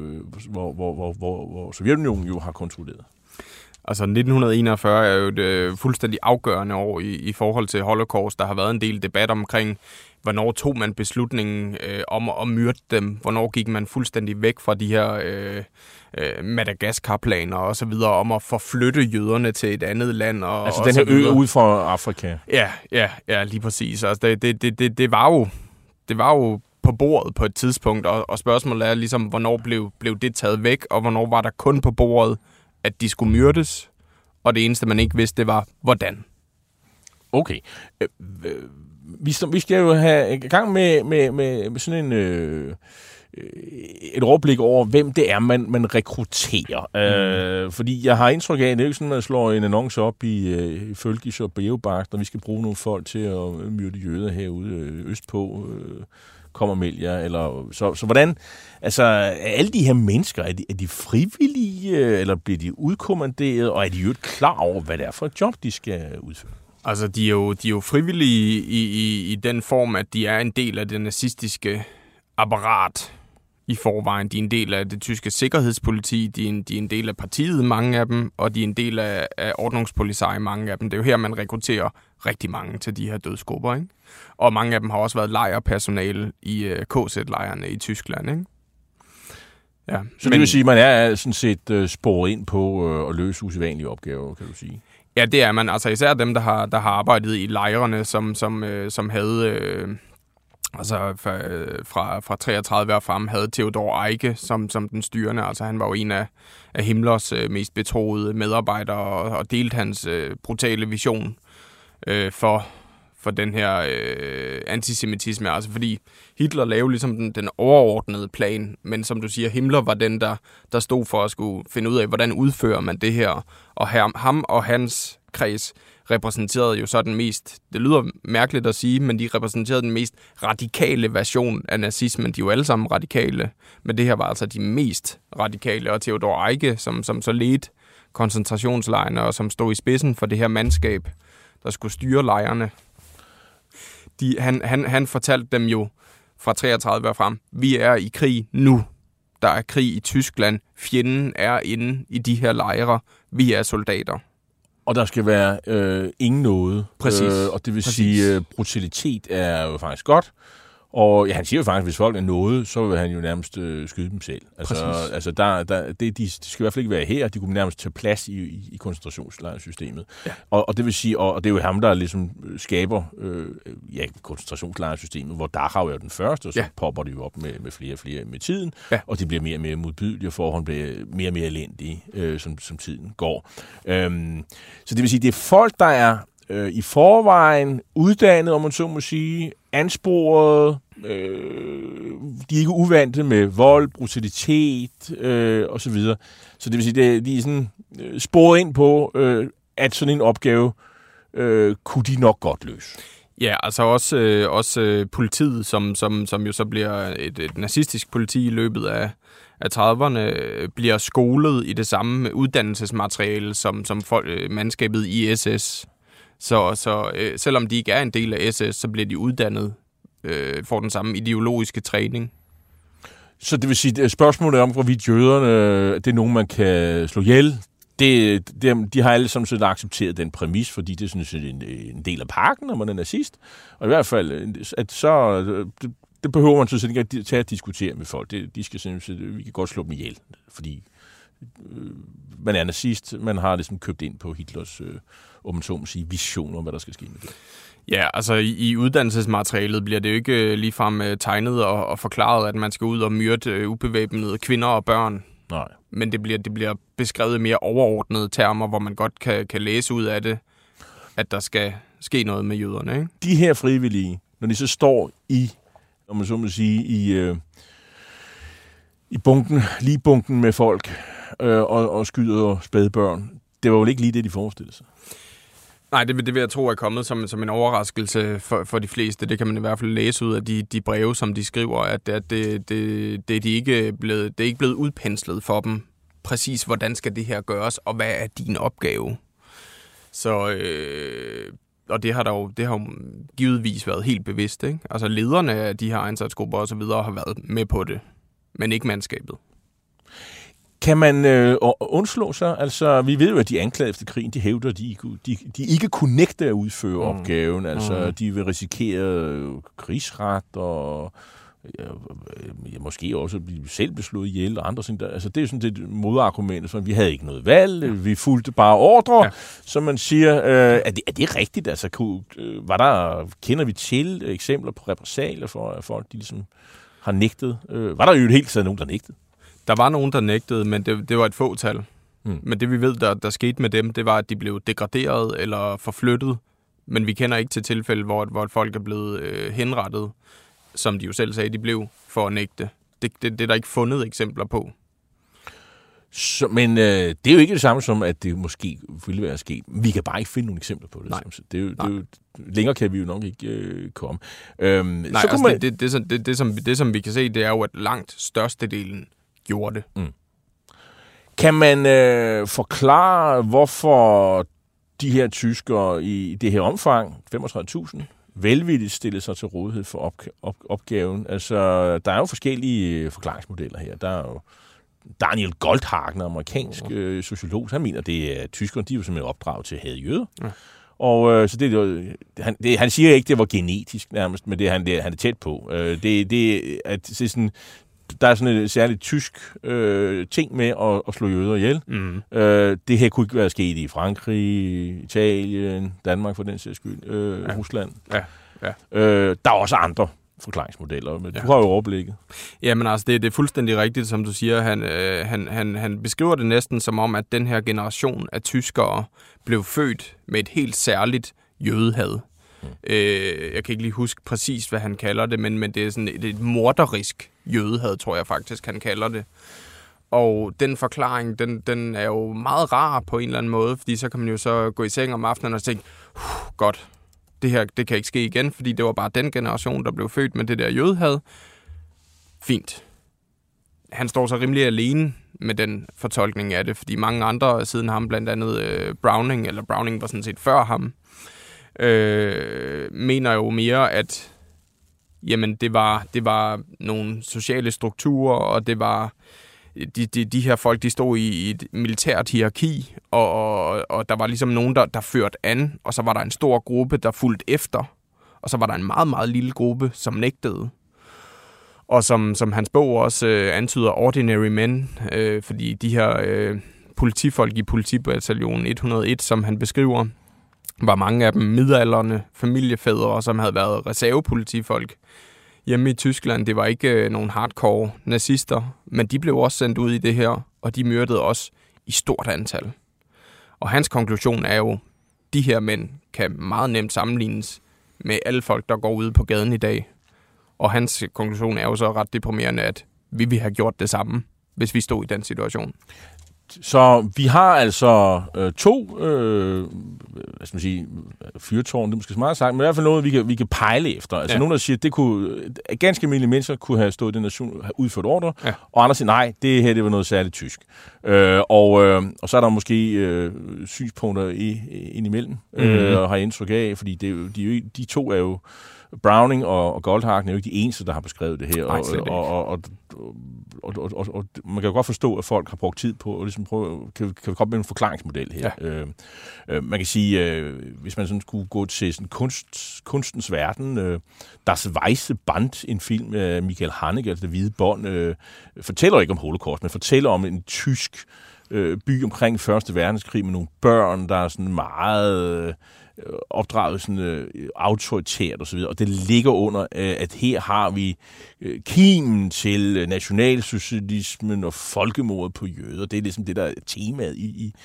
[SPEAKER 6] hvor Sovjetunionen jo har kontrolleret.
[SPEAKER 7] Altså 1941 er jo et fuldstændig afgørende år i forhold til Holocaust. Der har været en del debat omkring, hvornår tog man beslutningen om at myrde dem? Hvornår gik man fuldstændig væk fra de her Madagaskar-planer og så videre om at forflytte jøderne til et andet land?
[SPEAKER 6] Altså den her ø ude for Afrika?
[SPEAKER 7] Ja, lige præcis. Altså det var jo på bordet på et tidspunkt, og spørgsmålet er ligesom, hvornår blev det taget væk, og hvornår var der kun på bordet, at de skulle myrdes, og det eneste, man ikke vidste, det var, hvordan.
[SPEAKER 6] Okay. Vi skal jo have i gang med sådan et overblik over, hvem det er, man rekrutterer. Fordi jeg har indtryk af, at det er ikke sådan, at man slår en annonce op i Følkis og Beobacht, og vi skal bruge nogle folk til at myrde jøder herude østpå. Kommer med jer, eller så hvordan, altså alle de her mennesker, er de frivillige, eller bliver de udkommanderet, og er de jo klar over, hvad det er for et job, de skal udføre?
[SPEAKER 7] Altså, de er jo frivillige i den form, at de er en del af det nazistiske apparat i forvejen. De er en del af det tyske sikkerhedspoliti, de er en del af partiet, mange af dem, og de er en del af ordnungspolizei, mange af dem. Det er jo her, man rekrutterer rigtig mange til de her dødsgrupper, ikke? Og mange af dem har også været lejrpersonale i KZ-lejrene i Tyskland, ikke? Ja,
[SPEAKER 6] så det vil sige, at man er sådan set sporet ind på at løse usædvanlige opgaver, kan du sige?
[SPEAKER 7] Ja, det er man. Altså især dem, der har arbejdet i lejrene, som havde... Altså fra 33 og frem havde Theodor Eicke som den styrende. Altså han var jo en af Himmlers mest betroede medarbejdere og delte hans brutale vision for den her antisemitisme. Altså fordi Hitler lavede ligesom den overordnede plan, men som du siger, Himmler var den, der stod for at skulle finde ud af, hvordan udfører man det her. Og ham og hans kreds repræsenterede jo så den mest, det lyder mærkeligt at sige, men de repræsenterede den mest radikale version af nazismen. De er jo alle sammen radikale, men det her var altså de mest radikale. Og Theodor Eicke, som så ledte koncentrationslejrene, og som stod i spidsen for det her mandskab, der skulle styre lejrene. Han fortalte dem jo fra 33 og frem, vi er i krig nu. Der er krig i Tyskland. Fjenden er inde i de her lejre. Vi er soldater.
[SPEAKER 6] Og der skal være ingen noget.
[SPEAKER 7] Præcis.
[SPEAKER 6] Og det vil sige, brutalitet er jo faktisk godt. Og ja, han siger jo faktisk, at hvis folk er noget, så vil han jo nærmest skyde dem selv. Altså de skal i hvert fald ikke være her. De kunne nærmest tage plads i koncentrationslejrsystemet. Ja. Og det vil sige, og det er jo ham, der ligesom skaber koncentrationslejrsystemet, hvor Dachau er jo den første, og så popper de jo op med flere og flere med tiden. Ja. Og de bliver mere og mere modbydelige, og forholdene bliver mere og mere elendige, som tiden går. Så det vil sige, det er folk, der er i forvejen uddannet, om man så må sige, ansporet, de er ikke uvante med vold, brutalitet og så videre. Så det vil sige, de er sådan sporet ind på, at sådan en opgave kunne de nok godt løse.
[SPEAKER 7] Ja, altså også politiet, som jo så bliver et nazistisk politi i løbet af 30'erne, bliver skolet i det samme uddannelsesmateriale som mandskabet i SS. Så selvom de ikke er en del af SS, så bliver de uddannet får den samme ideologiske træning.
[SPEAKER 6] Så det vil sige, at spørgsmålet om, hvorvidt jøderne, det er nogen, man kan slå ihjel, de har alle som sådan accepteret den præmis, fordi det er sådan en del af pakken, når man er nazist. Og i hvert fald, at så, det behøver man sådan ikke at tage at diskutere med folk. De skal simpelthen, vi kan godt slå dem ihjel, fordi man er nazist, man har ligesom købt ind på Hitlers, om man så må sige, vision om, hvad der skal ske med det.
[SPEAKER 7] Ja, altså i uddannelsesmaterialet bliver det jo ikke ligefrem tegnet og forklaret, at man skal ud og myrde ubevæbnede kvinder og børn.
[SPEAKER 6] Nej.
[SPEAKER 7] Men det bliver beskrevet i mere overordnede termer, hvor man godt kan læse ud af det, at der skal ske noget med jøderne, ikke?
[SPEAKER 6] De her frivillige, når de så står i, om man så må sige, i bunken med folk og skyder spædbørn, det var jo ikke lige det, de forestillede sig. Nej,
[SPEAKER 7] det vil jeg tro er kommet som en overraskelse for de fleste. Det kan man i hvert fald læse ud af de breve, som de skriver, at det er ikke blevet udpenslet for dem. Præcis, hvordan skal det her gøres, og hvad er din opgave? Så, og det har jo givetvis været helt bevidst, ikke? Altså lederne af de her indsatsgrupper og så videre har været med på det, men ikke mandskabet.
[SPEAKER 6] Kan man undslå sig? Altså, vi ved jo, at de anklagede efter krigen, de hævder, at de ikke kunne nægte at udføre opgaven. Altså, de vil risikere krigsret og måske også blive selv beslået ihjel og andre ting. Altså, det er sådan et modargument, så vi havde ikke noget valg, vi fulgte bare ordre, som man siger. Er det rigtigt? Altså, kender vi til eksempler på repressalier for at folk, de ligesom har nægtet? Var der jo helt taget nogen, der nægtede?
[SPEAKER 7] Der var nogen, der nægtede, men det var et fåtal. Men det vi ved, der skete med dem, det var, at de blev degraderet eller forflyttet. Men vi kender ikke til tilfælde, hvor folk er blevet henrettet, som de jo selv sagde, de blev for at nægte. Det er der ikke fundet eksempler på.
[SPEAKER 6] Men det er jo ikke det samme som, at det måske ville være sket. Vi kan bare ikke finde nogle eksempler på det.
[SPEAKER 7] Nej.
[SPEAKER 6] Det er jo længere kan vi jo nok ikke komme.
[SPEAKER 7] Nej, så altså det, som vi kan se, det er jo, at langt størstedelen gjorde det. Mm.
[SPEAKER 6] Kan man forklare, hvorfor de her tyskere i det her omfang, 35.000, velvilligt stillede sig til rådighed for opgaven? Altså, der er jo forskellige forklaringsmodeller her. Der er jo Daniel Goldhagen, amerikansk sociolog, han mener, det er tyskerne, de er jo simpelthen opdraget til at hade jøder. Ja. Og så det er jo, han siger ikke, det var genetisk nærmest, men det han er tæt på. Der er sådan et særligt tysk ting med at slå jøder ihjel. Mm. Det her kunne ikke være sket i Frankrig, Italien, Danmark for den sags skyld, Rusland. Ja. Der er også andre forklaringsmodeller, men du har jo overblikket.
[SPEAKER 7] Jamen altså, det er fuldstændig rigtigt, som du siger. Han beskriver det næsten som om, at den her generation af tyskere blev født med et helt særligt jødehad. Jeg kan ikke lige huske præcis, hvad han kalder det, men det er sådan et morderisk jødehad, tror jeg faktisk, han kalder det. Og den forklaring, den er jo meget rar på en eller anden måde, fordi så kan man jo så gå i seng om aftenen og tænke, godt, det her, det kan ikke ske igen, fordi det var bare den generation, der blev født med det der jødehad. Fint. Han står så rimelig alene med den fortolkning af det, fordi mange andre siden ham, blandt andet Browning var sådan set før ham, mener jo mere, at jamen, det var nogle sociale strukturer, og det var de her folk, de stod i et militært hierarki, og der var ligesom nogen, der førte an, og så var der en stor gruppe, der fulgte efter, og så var der en meget, meget lille gruppe, som nægtede. Og som hans bog også antyder, ordinary men, fordi de her politifolk i politibataljon 101, som han beskriver, var mange af dem midaldrende familiefædre, som havde været reservepolitifolk hjemme i Tyskland. Det var ikke nogen hardcore nazister, men de blev også sendt ud i det her, og de myrdede også i stort antal. Og hans konklusion er jo, de her mænd kan meget nemt sammenlignes med alle folk, der går ude på gaden i dag. Og hans konklusion er jo så ret deprimerende, at vi ville have gjort det samme, hvis vi stod i den situation.
[SPEAKER 6] Så vi har altså to fyrtårn, det er måske smart sagt, men i hvert fald noget, vi kan pejle efter. Altså nogen, der siger, at det kunne, ganske almindelige mennesker kunne have stået i den nation, have udført ordre, og andre siger, nej, det her det var noget særligt tysk. Og så er der måske synspunkter indimellem, og har indtryk af, fordi de to er jo Browning og Goldhagen er jo ikke de eneste, der har beskrevet det her.
[SPEAKER 7] Nej,
[SPEAKER 6] og man kan jo godt forstå, at folk har brugt tid på at ligesom prøve, kan vi komme med en forklaringsmodel her. Ja. Man kan sige, hvis man sådan skulle gå til sådan kunstens verden, Das Weiße Band, en film af Michael Haneke, altså Det Hvide Bånd, fortæller ikke om Holocaust, men fortæller om en tysk by omkring 1. verdenskrig med nogle børn, der er sådan meget opdraget sådan autoritært og så videre, og det ligger under, at her har vi kimen til nationalsocialismen og folkemordet på jøder. Det er ligesom det, der er temaet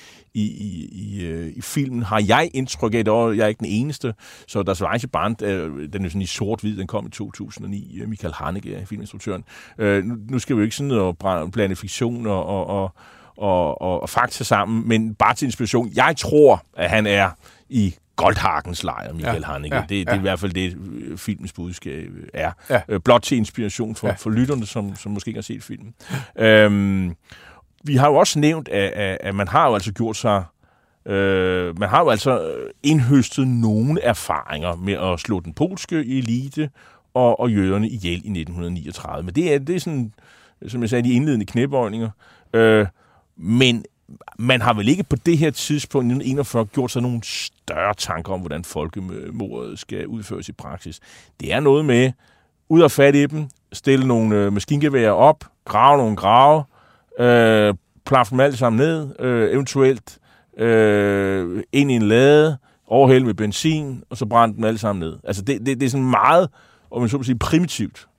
[SPEAKER 6] i filmen. Har jeg indtryk af det, og jeg er ikke den eneste, så Das Weiße Band, den er sådan i sort-hvid, den kom i 2009, Michael Haneke er filminstruktøren. Nu skal vi jo ikke sådan at blande fiktion og fakta sammen, men bare til inspiration. Jeg tror, at han er i Goldhagens lejr, Michael Haneke. Det er i hvert fald det, filmens budskab er. Ja. Blot til inspiration for lytterne, som måske ikke har set filmen. Vi har jo også nævnt, at man har jo altså gjort sig man har jo altså indhøstet nogle erfaringer med at slå den polske elite og jøderne ihjel i 1939. Men det er sådan, som jeg sagde, de indledende knæbøjninger. Men man har vel ikke på det her tidspunkt i 1941 gjort sig nogle større tanker om, hvordan folkemordet skal udføres i praksis. Det er noget med, ud af fat i dem, stille nogle maskingeværer op, grave nogle grave, plaffe dem alle sammen ned, eventuelt ind i en lade, overhælde med benzin, og så brænde dem alle sammen ned. Altså det er sådan meget, om man så må sige, primitivt.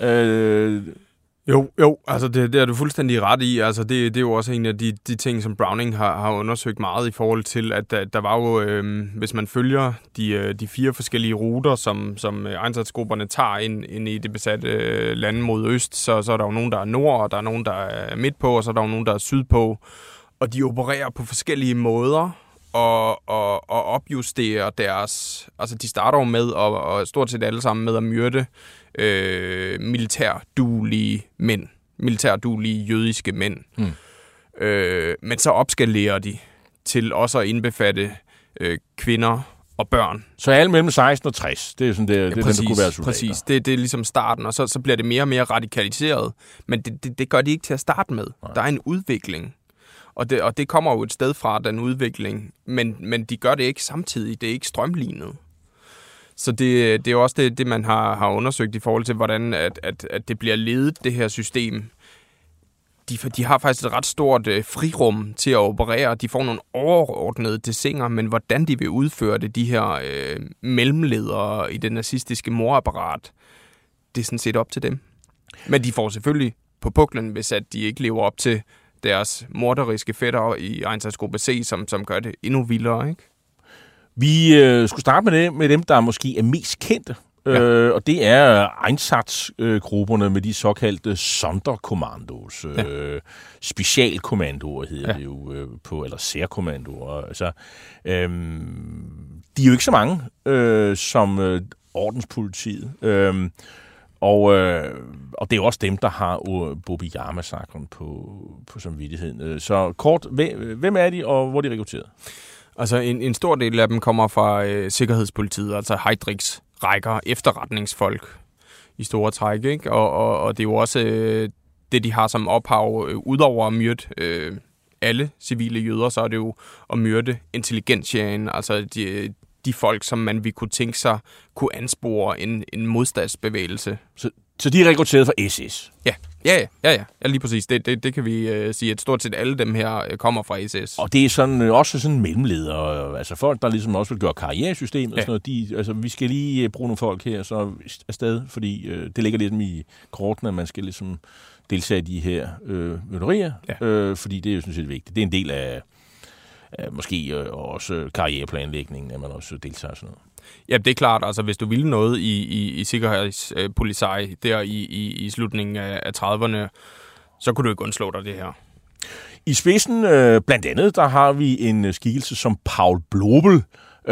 [SPEAKER 7] Jo, altså det er du fuldstændig ret i. Altså det er jo også en af de ting, som Browning har undersøgt meget i forhold til, at der var jo, hvis man følger de 4 forskellige ruter, som einsatzgrupperne tager ind i det besatte lande mod øst, så er der jo nogen, der er nord, og der er nogen, der er midt på, og så er der jo nogen, der er sydpå. Og de opererer på forskellige måder og opjusterer deres... Altså de starter jo med, og stort set alle sammen med at myrde militærduelige mænd. Militærduelige jødiske mænd. Men så opskalerer de til også at indbefatte kvinder og børn.
[SPEAKER 6] Så alle mellem 16 og 60, det er sådan det, præcis, den, der kunne være soldater.
[SPEAKER 7] Præcis, det er ligesom starten, og så bliver det mere og mere radikaliseret. Men det gør de ikke til at starte med. Nej. Der er en udvikling. Og det kommer jo et sted fra, den udvikling. Men de gør det ikke samtidig. Det er ikke strømlignet. Så det er også det, man har undersøgt i forhold til, hvordan at det bliver ledet, det her system. De har faktisk et ret stort frirum til at operere. De får nogle overordnede desinger, men hvordan de vil udføre det, de her mellemledere i det nazistiske morapparat, det er sådan set op til dem. Men de får selvfølgelig på puklen, hvis at de ikke lever op til deres morderiske fætter i Einsatzgruppe C, som gør det endnu vildere, ikke?
[SPEAKER 6] Vi skulle starte med dem, der måske er mest kendte. Ja. Og det er Einsatzgrupperne med de såkaldte Sonderkommandos. Specialkommandoer hedder det jo på, eller særkommandoer. Altså, de er jo ikke så mange som ordenspolitiet. Og det er jo også dem, der har Bobi Yar-massakren på samvittigheden. Så kort, hvem er de, og hvor er de rekrutteret?
[SPEAKER 7] Altså en stor del af dem kommer fra sikkerhedspolitiet, altså Heydrichs rækker efterretningsfolk i store træk, ikke? Og det er jo også det, de har som ophav, udover at myrde alle civile jøder, så er det jo at myrde intelligentiaen, altså de folk, som man ville kunne tænke sig kunne anspore en modstandsbevægelse.
[SPEAKER 6] Så de er rekrutteret fra SS?
[SPEAKER 7] Ja, lige præcis. Det kan vi sige, at stort set alle dem her kommer fra SS.
[SPEAKER 6] Og det er sådan, også sådan mellemledere, altså folk, der ligesom også vil gøre karrieresystemet og sådan noget. Altså, vi skal lige bruge nogle folk her, så afsted, fordi det ligger ligesom i kortene, at man skal ligesom deltage i de her myrderier, fordi det er jo sådan set vigtigt. Det er en del af måske også karriereplanlægningen, at man også deltager sådan noget.
[SPEAKER 7] Ja, det er klart. Altså, hvis du ville noget i sikkerhedspoliti der i slutningen af 30'erne, så kunne du ikke undslå dig det her.
[SPEAKER 6] I spidsen, blandt andet, der har vi en skikkelse som Paul Blobel.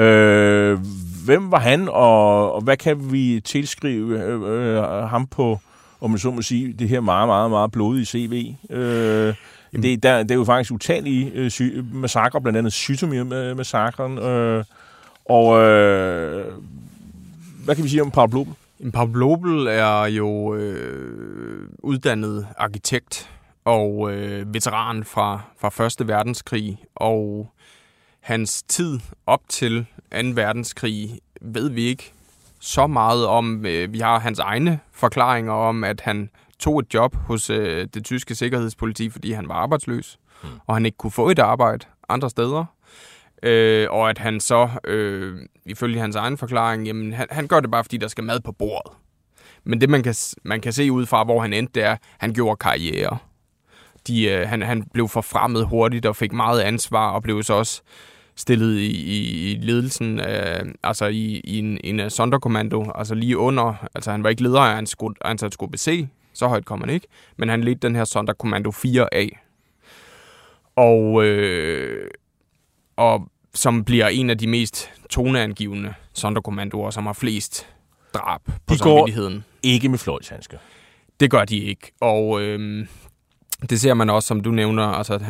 [SPEAKER 6] Hvem var han, og hvad kan vi tilskrive ham på, om man så må sige, det her meget, meget, meget blodige CV? Det er jo faktisk utallige massakrer, blandt andet Sytomir-massakren. Hvad kan vi sige om Paul Blobel?
[SPEAKER 7] Paul Blobel er jo uddannet arkitekt og veteran fra Første Verdenskrig, og hans tid op til 2. verdenskrig ved vi ikke så meget om. Vi har hans egne forklaringer om, at han tog et job hos det tyske sikkerhedspoliti, fordi han var arbejdsløs, og han ikke kunne få et arbejde andre steder. Og at han så, ifølge hans egen forklaring, jamen, han gør det bare, fordi der skal mad på bordet. Men det, man kan se ud fra, hvor han endte, det er, at han gjorde karriere. Han blev forfremmet hurtigt og fik meget ansvar, og blev så også stillet i ledelsen, altså i en Sonderkommando, altså lige under, altså han var ikke leder af ansat skulle BC, så højt kom han ikke, men han ledte den her Sonderkommando 4A. Og som bliver en af de mest toneangivende Sonderkommandoer, som har flest drab på samvittigheden.
[SPEAKER 6] De går ikke med fløjtshandsker.
[SPEAKER 7] Det gør de ikke, og det ser man også, som du nævner, altså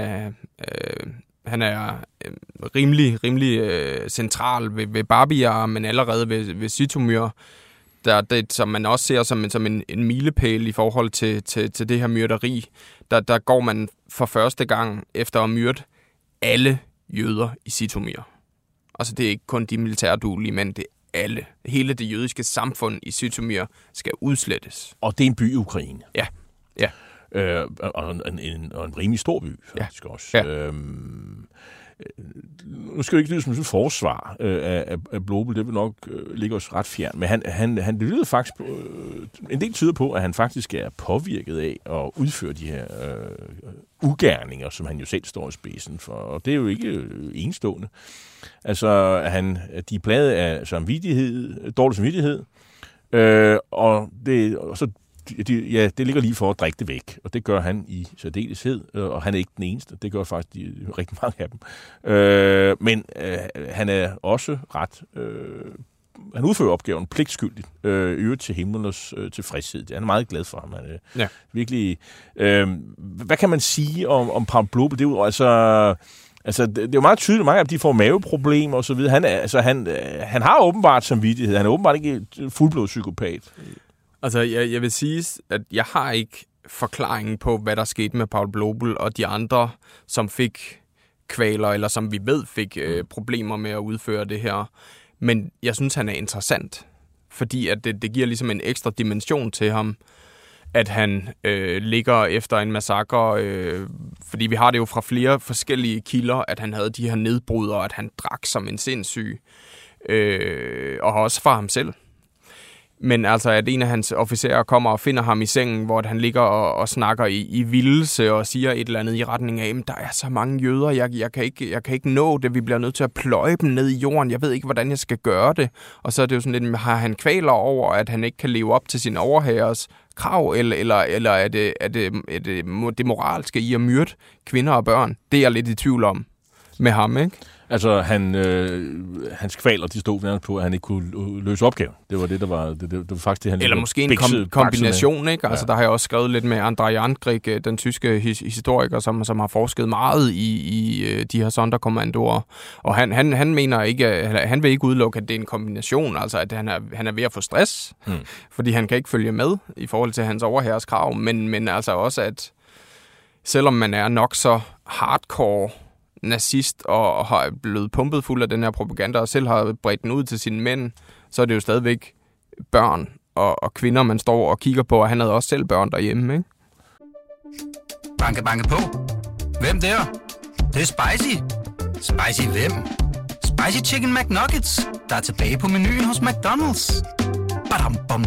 [SPEAKER 7] han er rimelig central ved Babij, men allerede ved Zhytomyr, som man også ser som en milepæl i forhold til det her myrderi. Der går man for første gang efter at myrde alle jøder i Zhytomyr. Altså det er ikke kun de militærduelige, men det er alle. Hele det jødiske samfund i Zhytomyr skal udslettes.
[SPEAKER 6] Og det er en by i Ukraine.
[SPEAKER 7] Ja.
[SPEAKER 6] Og en rimelig stor by, faktisk også.
[SPEAKER 7] Ja.
[SPEAKER 6] Nu skal det ikke lyde som et forsvar af Blobel, det vil nok ligge os ret fjern, men han lyder faktisk en del tyder på, at han faktisk er påvirket af at udføre de her ugerninger, som han jo selv står i spidsen for, og det er jo ikke enestående. Altså, de er plaget af dårlig samvittighed, og så det ligger lige for at drikke det væk, og det gør han i særdeleshed, og han er ikke den eneste, det gør faktisk rigtig mange af dem. Men han er også ret... han udfører opgaven pligtskyldigt, øvrigt til himlens tilfredshed. Han er meget glad for ham. Han er virkelig... hvad kan man sige om Paul Blobel? Det er jo altså, det er jo meget tydeligt, mange af dem, de får maveproblemer og så videre. Han har åbenbart samvittighed. Han er åbenbart ikke fuldblods psykopat.
[SPEAKER 7] Altså, jeg vil sige, at jeg har ikke forklaringen på, hvad der skete med Paul Blobel og de andre, som fik kvaler, eller som vi ved fik problemer med at udføre det her. Men jeg synes, han er interessant, fordi at det giver ligesom en ekstra dimension til ham, at han ligger efter en massakre, fordi vi har det jo fra flere forskellige kilder, at han havde de her nedbrud, og at han drak som en sindssyg, og også fra ham selv. Men altså, at en af hans officerer kommer og finder ham i sengen, hvor han ligger og snakker i vildelse og siger et eller andet i retning af, der er så mange jøder, jeg kan ikke nå det, vi bliver nødt til at pløje dem ned i jorden, jeg ved ikke, hvordan jeg skal gøre det. Og så er det jo sådan lidt, har han kvaler over, at han ikke kan leve op til sin overherres krav, eller er det moralske i at myrde kvinder og børn? Det er jeg lidt i tvivl om med ham, ikke?
[SPEAKER 6] Altså, hans kvaler, de stod nærmest på, at han ikke kunne løse opgaven. Det var det, der var... Det var faktisk det, han...
[SPEAKER 7] Eller måske en kombination, ikke? Altså, der har jeg også skrevet lidt med Andrej Jandrik, den tyske historiker, som har forsket meget i de her Sonderkommandoer. Og han mener ikke... Han vil ikke udelukke, at det er en kombination. Altså, at han er ved at få stress, fordi han kan ikke følge med i forhold til hans overherres krav. Men altså også, at selvom man er nok så hardcore nazist og har blevet pumpet fuld af den her propaganda og selv har bredt den ud til sine mænd, så er det jo stadigvæk børn og kvinder, man står og kigger på, og han havde også selv børn derhjemme, ikke?
[SPEAKER 1] Banke, banke på. Hvem der? Det er Spicy. Spicy hvem? Spicy Chicken McNuggets, der er tilbage på menuen hos McDonald's. Badum, bom,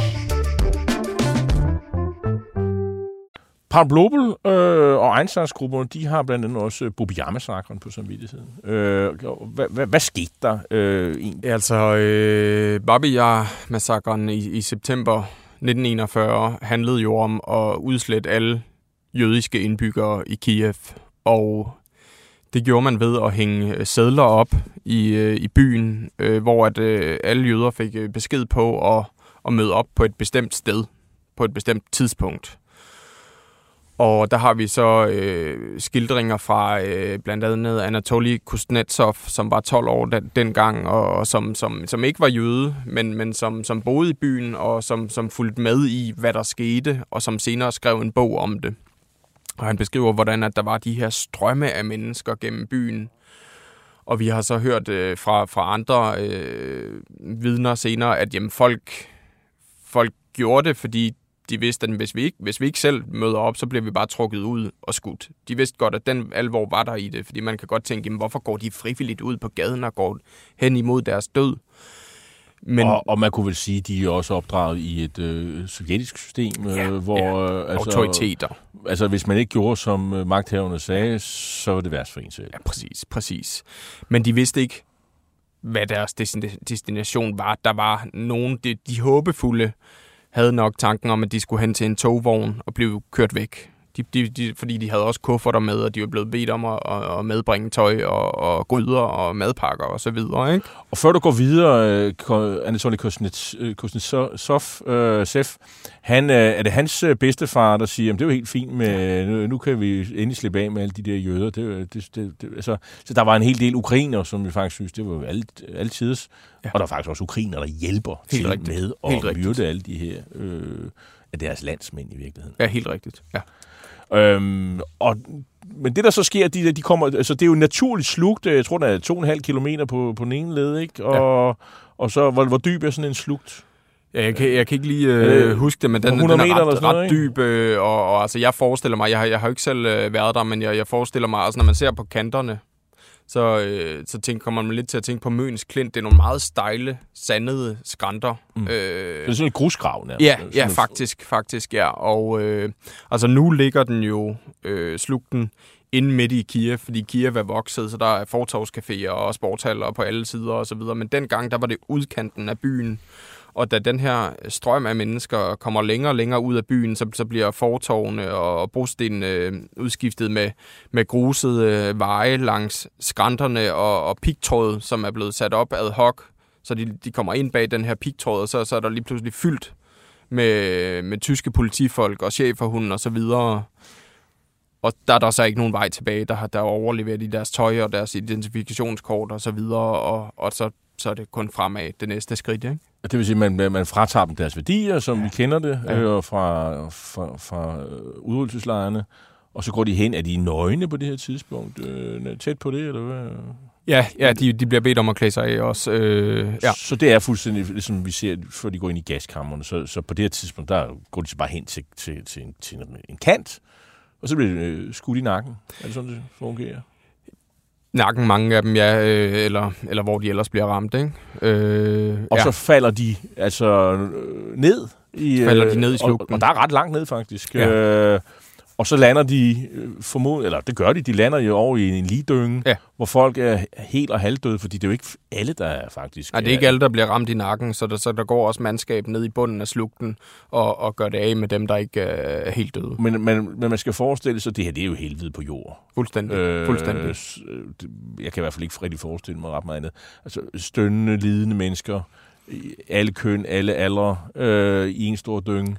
[SPEAKER 6] Paul Blobel og Einsatzgrupperne, de har blandt andet også Bobiya-massakren på samvittigheden. Hvad skete der egentlig?
[SPEAKER 7] Altså, Babij-massakren i september 1941 handlede jo om at udslette alle jødiske indbyggere i Kiev, og det gjorde man ved at hænge sedler op i byen, hvor at alle jøder fik besked på at møde op på et bestemt sted, på et bestemt tidspunkt. Og der har vi så skildringer fra blandt andet Anatolij Kuznetsov, som var 12 år dengang, og som ikke var jøde, men som boede i byen, og som fulgte med i, hvad der skete, og som senere skrev en bog om det. Og han beskriver, hvordan at der var de her strømme af mennesker gennem byen. Og vi har så hørt fra andre vidner senere, at jamen, folk gjorde det, fordi de vidste, at hvis vi ikke selv møder op, så bliver vi bare trukket ud og skudt. De vidste godt, at den alvor var der i det, fordi man kan godt tænke, jamen, hvorfor går de frivilligt ud på gaden og går hen imod deres død? Men,
[SPEAKER 6] og man kunne vel sige, at de er også opdraget i et sovjetisk system, hvor
[SPEAKER 7] autoriteter.
[SPEAKER 6] Altså, hvis man ikke gjorde, som magthaverne sagde, så var det værst for en selv.
[SPEAKER 7] Ja, præcis. Men de vidste ikke, hvad deres destination var. Der var nogen, de håbefulde, havde nok tanken om, at de skulle hen til en togvogn og blive kørt væk. Fordi de havde også kufferter med, og de var blevet bedt om at medbringe tøj og gryder og madpakker og så videre, ikke?
[SPEAKER 6] Og før du går videre, Anatolij Kuznetsov, er det hans bedstefar, der siger, at det er jo helt fint med, nu kan vi endelig slippe af med alle de der jøder. Altså, så der var en hel del ukrainer, som vi faktisk synes, det var altids. Ja. Og der er faktisk også ukrainer, der hjælper til med at myrde alle de her af deres landsmænd i virkeligheden.
[SPEAKER 7] Ja, helt rigtigt, ja.
[SPEAKER 6] Men det, der så sker, de kommer, altså det er jo en naturlig slugt. Jeg tror, der er 2,5 kilometer på den ene led, ikke? Og så, hvor dyb er sådan en slugt?
[SPEAKER 7] Ja, jeg kan ikke lige huske det, men den er ret dyb, og altså, jeg forestiller mig, jeg har jo ikke selv været der, men jeg forestiller mig, altså når man ser på kanterne, så kommer man lidt til at tænke på Møns Klint. Det er nogle meget stejle, sandede skrænter.
[SPEAKER 6] Det er sådan en grusgrav nærmest.
[SPEAKER 7] Ja, faktisk, ja. Og altså nu ligger den jo slugten inde midt i Kiev, fordi Kiev er vokset, så der er fortovscaféer og sportshaller på alle sider og så videre. Men dengang, der var det udkanten af byen. Og da den her strøm af mennesker kommer længere og længere ud af byen, så bliver fortovene og brostenene udskiftet med grusede veje langs skrænterne og pigtråd, som er blevet sat op ad hoc. Så de kommer ind bag den her pigtråd, og så er der lige pludselig fyldt med tyske politifolk og cheferhunde og så videre. Og der er der så ikke nogen vej tilbage, der overleverer de deres tøj og deres identifikationskort og så videre, og så er det kun fremad det næste skridt, ikke?
[SPEAKER 6] Det vil sige, at man fratager dem deres værdier, som vi kender det, fra udryddelseslejrene, og så går de hen. Er de nøgne på det her tidspunkt? Tæt på det, eller hvad?
[SPEAKER 7] Ja, de bliver bedt om at klæde sig af også. Ja.
[SPEAKER 6] Så det er fuldstændig, ligesom vi ser, før de går ind i gaskammerne. Så på det her tidspunkt, der går de så bare hen til en kant, og så bliver de skudt i nakken. Er det sådan, det fungerer?
[SPEAKER 7] Nakken, mange af dem, ja, eller hvor de ellers bliver ramt, ikke?
[SPEAKER 6] Og så falder de altså ned i
[SPEAKER 7] slugten.
[SPEAKER 6] Og der er ret langt ned, faktisk. Ja. Og så lander de, det gør de lander jo over i en ligdynge, hvor folk er helt og halvdøde, fordi det er jo ikke alle, der er faktisk...
[SPEAKER 7] Nej, det er ikke alle, der bliver ramt i nakken, så der går også mandskab ned i bunden af slugten og gør det af med dem, der ikke er helt døde.
[SPEAKER 6] Men man skal forestille sig, at det her det er jo helvede på jord.
[SPEAKER 7] Fuldstændig.
[SPEAKER 6] Jeg kan i hvert fald ikke rigtig forestille mig ret meget andet. Altså stønnende, lidende mennesker, alle køn, alle aldre, i en stor dynge.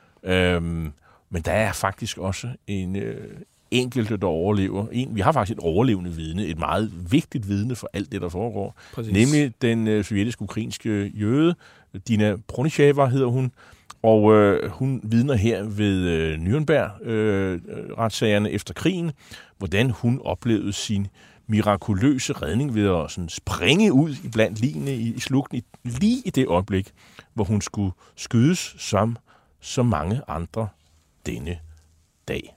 [SPEAKER 6] Men der er faktisk også en enkelte, der overlever. Vi har faktisk et overlevende vidne, et meget vigtigt vidne for alt det, der foregår. Præcis. Nemlig den sovjetisk-ukrainske jøde, Dina Proniceva hedder hun, og hun vidner her ved Nürnberg-retssagerne efter krigen, hvordan hun oplevede sin mirakuløse redning ved at sådan springe ud blandt ligene i slugten lige i det øjeblik, hvor hun skulle skydes som så mange andre denne dag.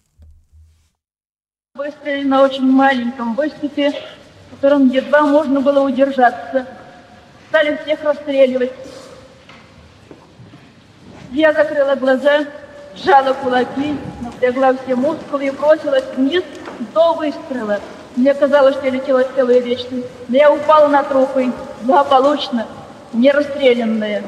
[SPEAKER 9] Выстрелили на очень маленьком выступе, в котором едва можно было удержаться. Стали всех расстреливать. Я закрыла глаза, сжала кулаки, напрягла все мускулы и бросилась вниз до выстрела. Мне казалось, что я летела целую вечность, но я упала на трупы, благополучно, не расстрелянная.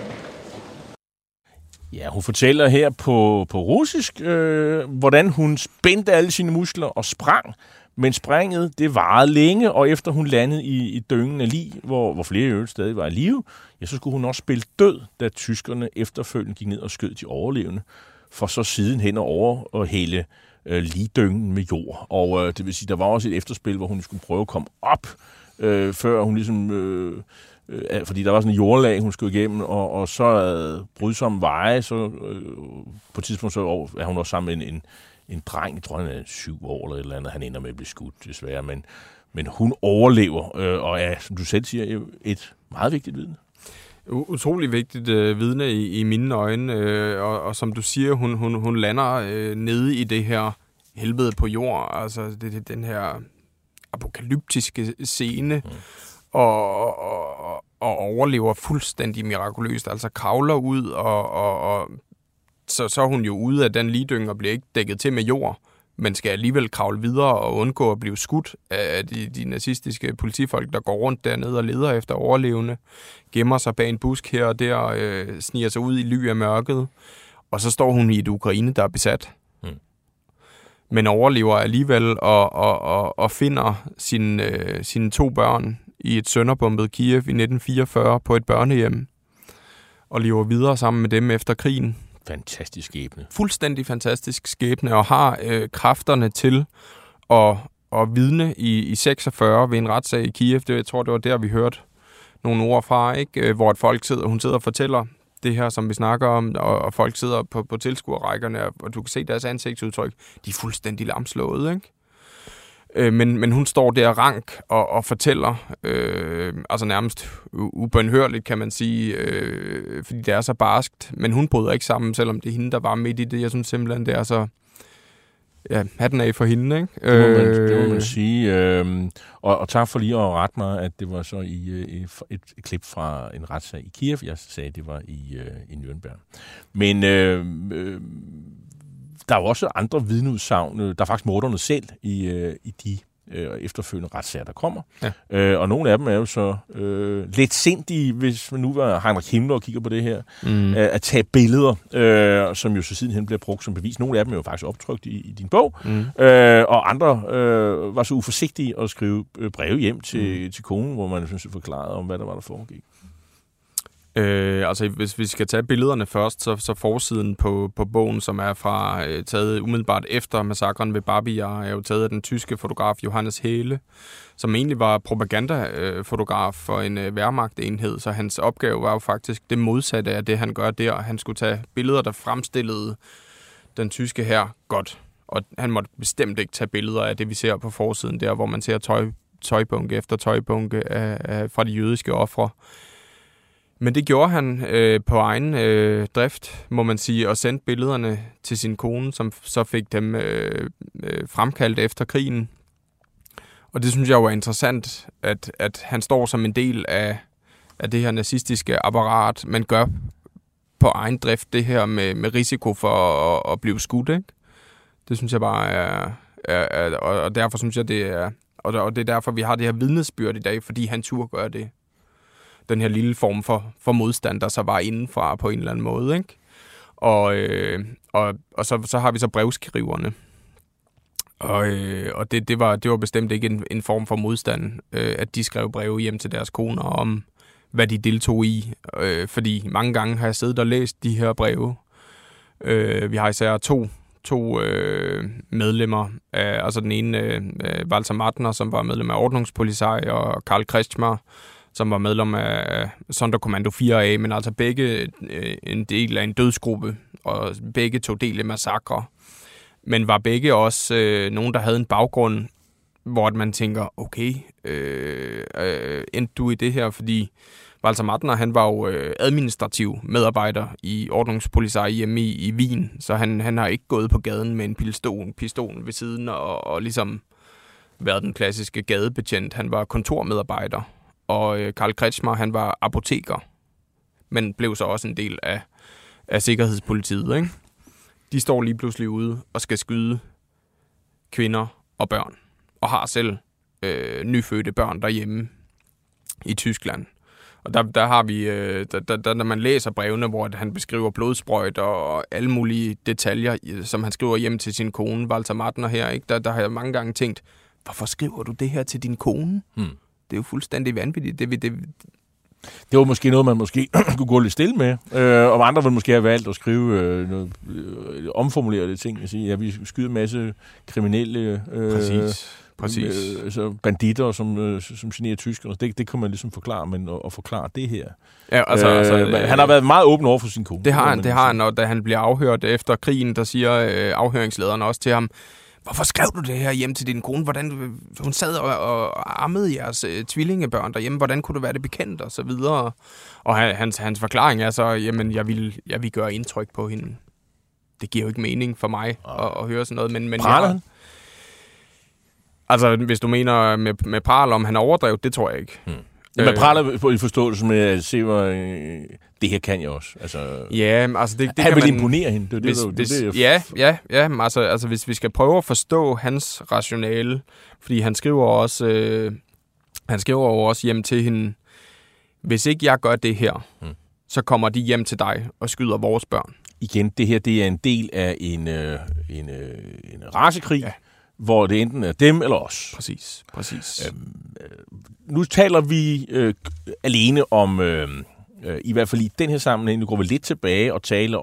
[SPEAKER 6] Ja, hun fortæller her på russisk, hvordan hun spændte alle sine muskler og sprang. Men springet, det varede længe, og efter hun landede i dyngen af lig, hvor flere øvrigt stadig var i live, ja, så skulle hun også spille død, da tyskerne efterfølgende gik ned og skød de overlevende. for så sidenhen at overhælde ligdyngen med jord. Og det vil sige, der var også et efterspil, hvor hun skulle prøve at komme op, før hun ligesom... fordi der var sådan en jordlag, hun skulle igennem, og så brydsomme veje, så på et tidspunkt så er hun også sammen med en dreng, jeg tror han er 7 år eller et eller andet, han ender med at blive skudt desværre, men hun overlever, og er, som du selv siger, et meget vigtigt vidne.
[SPEAKER 7] Utrolig vigtigt vidne i mine øjne, og som du siger, hun lander nede i det her helvede på jord, altså den her apokalyptiske scene, og overlever fuldstændig mirakuløst, altså kravler ud, og så er hun jo ude af den ligdynge og bliver ikke dækket til med jord, men skal alligevel kravle videre og undgå at blive skudt af de nazistiske politifolk, der går rundt dernede og leder efter overlevende, gemmer sig bag en busk her og der, sniger sig ud i ly af mørket, og så står hun i et Ukraine, der er besat. Men overlever alligevel og finder sine 2 børn i et sønderbombet Kiev i 1944 på et børnehjem, og lever videre sammen med dem efter krigen.
[SPEAKER 6] Fantastisk skæbne.
[SPEAKER 7] Fuldstændig fantastisk skæbne, og har kræfterne til at vidne i 46 ved en retssag i Kiev. Jeg tror, det var der, vi hørte nogle ord fra, ikke? Hvor hun sidder og fortæller det her, som vi snakker om, og folk sidder på tilskuerrækkerne, og du kan se deres ansigtsudtryk. De er fuldstændig lamslået, ikke? Men hun står der rank og fortæller, altså nærmest ubønhørligt, kan man sige, fordi det er så barskt. Men hun bryder ikke sammen, selvom det er hende, der var midt i det. Jeg synes simpelthen, det er så... Ja, hatten af for hende, ikke?
[SPEAKER 6] Det må man sige. Og tak for lige at rette mig, at det var så i et klip fra en retssag i Kiev. Jeg sagde, at det var i Nürnberg. Men... der er jo også andre vidneudsagn. Der er faktisk morderne selv i de efterfølgende retssager, der kommer. Ja. Og nogle af dem er jo så lidt sindige, hvis man nu var Heinrich Himmler og kigger på det her, at tage billeder, som jo så sidenhen bliver brugt som bevis. Nogle af dem er jo faktisk optrykt i din bog, og andre var så uforsigtige at skrive breve hjem til konen, hvor man synes forklarede om, hvad der var, der foregik.
[SPEAKER 7] Altså, hvis vi skal tage billederne først, så forsiden på bogen, som er taget umiddelbart efter massakren ved Babi Yar, er jo taget af den tyske fotograf Johannes Hehle, som egentlig var propagandafotograf for en Wehrmacht-enhed, så hans opgave var jo faktisk det modsatte af det, han gør der. Han skulle tage billeder, der fremstillede den tyske hær godt, og han måtte bestemt ikke tage billeder af det, vi ser på forsiden der, hvor man ser tøjbunke efter tøjbunke fra de jødiske ofre. Men det gjorde han på egen drift, må man sige, og sendte billederne til sin kone, som så fik dem fremkaldt efter krigen. Og det synes jeg jo er interessant, at han står som en del af det her nazistiske apparat, men gør på egen drift det her med risiko for at blive skudt, ikke? Det synes jeg bare er og derfor synes jeg, det er... Og det er derfor, vi har det her vidnesbyrd i dag, fordi han turde gøre det. Den her lille form for modstand, der så var indenfra på en eller anden måde, ikke? Og så har vi så brevskriverne. Og det var bestemt ikke en form for modstand, at de skrev breve hjem til deres koner om, hvad de deltog i. Fordi mange gange har jeg siddet og læst de her breve. Vi har især to medlemmer, altså den ene Walter Mattner, som var medlem af Ordnungspolizei, og Karl Kretschmer, som var medlem af Sonderkommando 4A, men altså begge en del af en dødsgruppe, og begge tog del i massakre. Men var begge også nogen, der havde en baggrund, hvor man tænker, okay, endte du i det her? Fordi Walter Mattner, han var jo administrativ medarbejder i Ordnungspolizei hjemme i Wien, så han har ikke gået på gaden med en pistol ved siden og ligesom været den klassiske gadebetjent. Han var kontormedarbejder. Og Karl Kretschmer, han var apoteker, men blev så også en del af sikkerhedspolitiet, ikke? De står lige pludselig ude og skal skyde kvinder og børn, og har selv nyfødte børn derhjemme i Tyskland. Og der har vi, når man læser brevene, hvor han beskriver blodsprøjter og alle mulige detaljer, som han skriver hjem til sin kone, Walter Mattner her, ikke? Der har jeg mange gange tænkt, hvorfor skriver du det her til din kone? Det er jo fuldstændig vanvittigt.
[SPEAKER 6] Det var måske noget, man måske kunne gå lidt stille med. Og andre ville måske have valgt at skrive noget omformulerede ting. At sige, ja, vi skyder en masse kriminelle
[SPEAKER 7] Præcis.
[SPEAKER 6] Altså banditter, som generer tyskerne. Det kan man ligesom forklare, men at forklare det her.
[SPEAKER 7] Ja,
[SPEAKER 6] han har været meget åben over for sin kone.
[SPEAKER 7] Det har han, og da han bliver afhørt efter krigen, der siger afhøringslederen også til ham, hvorfor skrev du det her hjem til din kone? Hvordan hun sad og ammede jeres tvillingebørn derhjemme? Hvordan kunne det være det bekendt? Og så videre. Og hans forklaring er så, jamen, jeg vil gøre indtryk på hende. Det giver jo ikke mening for mig at høre sådan noget. Men
[SPEAKER 6] praler han?
[SPEAKER 7] Altså, hvis du mener med pral, om han overdrevet, det tror jeg ikke.
[SPEAKER 6] Man praler på en forståelse med at se, hvor det her kan jeg også. Altså,
[SPEAKER 7] ja, altså det
[SPEAKER 6] han vil imponere hende.
[SPEAKER 7] Altså hvis vi skal prøve at forstå hans rationale, fordi han skriver også hjem til hende, hvis ikke jeg gør det her, så kommer de hjem til dig og skyder vores børn.
[SPEAKER 6] Igen, det her det er en del af en racekrig. Ja. Hvor det enten er dem eller os.
[SPEAKER 7] Præcis.
[SPEAKER 6] Nu taler vi alene om, i hvert fald i den her sammenhæng, nu går vi lidt tilbage og taler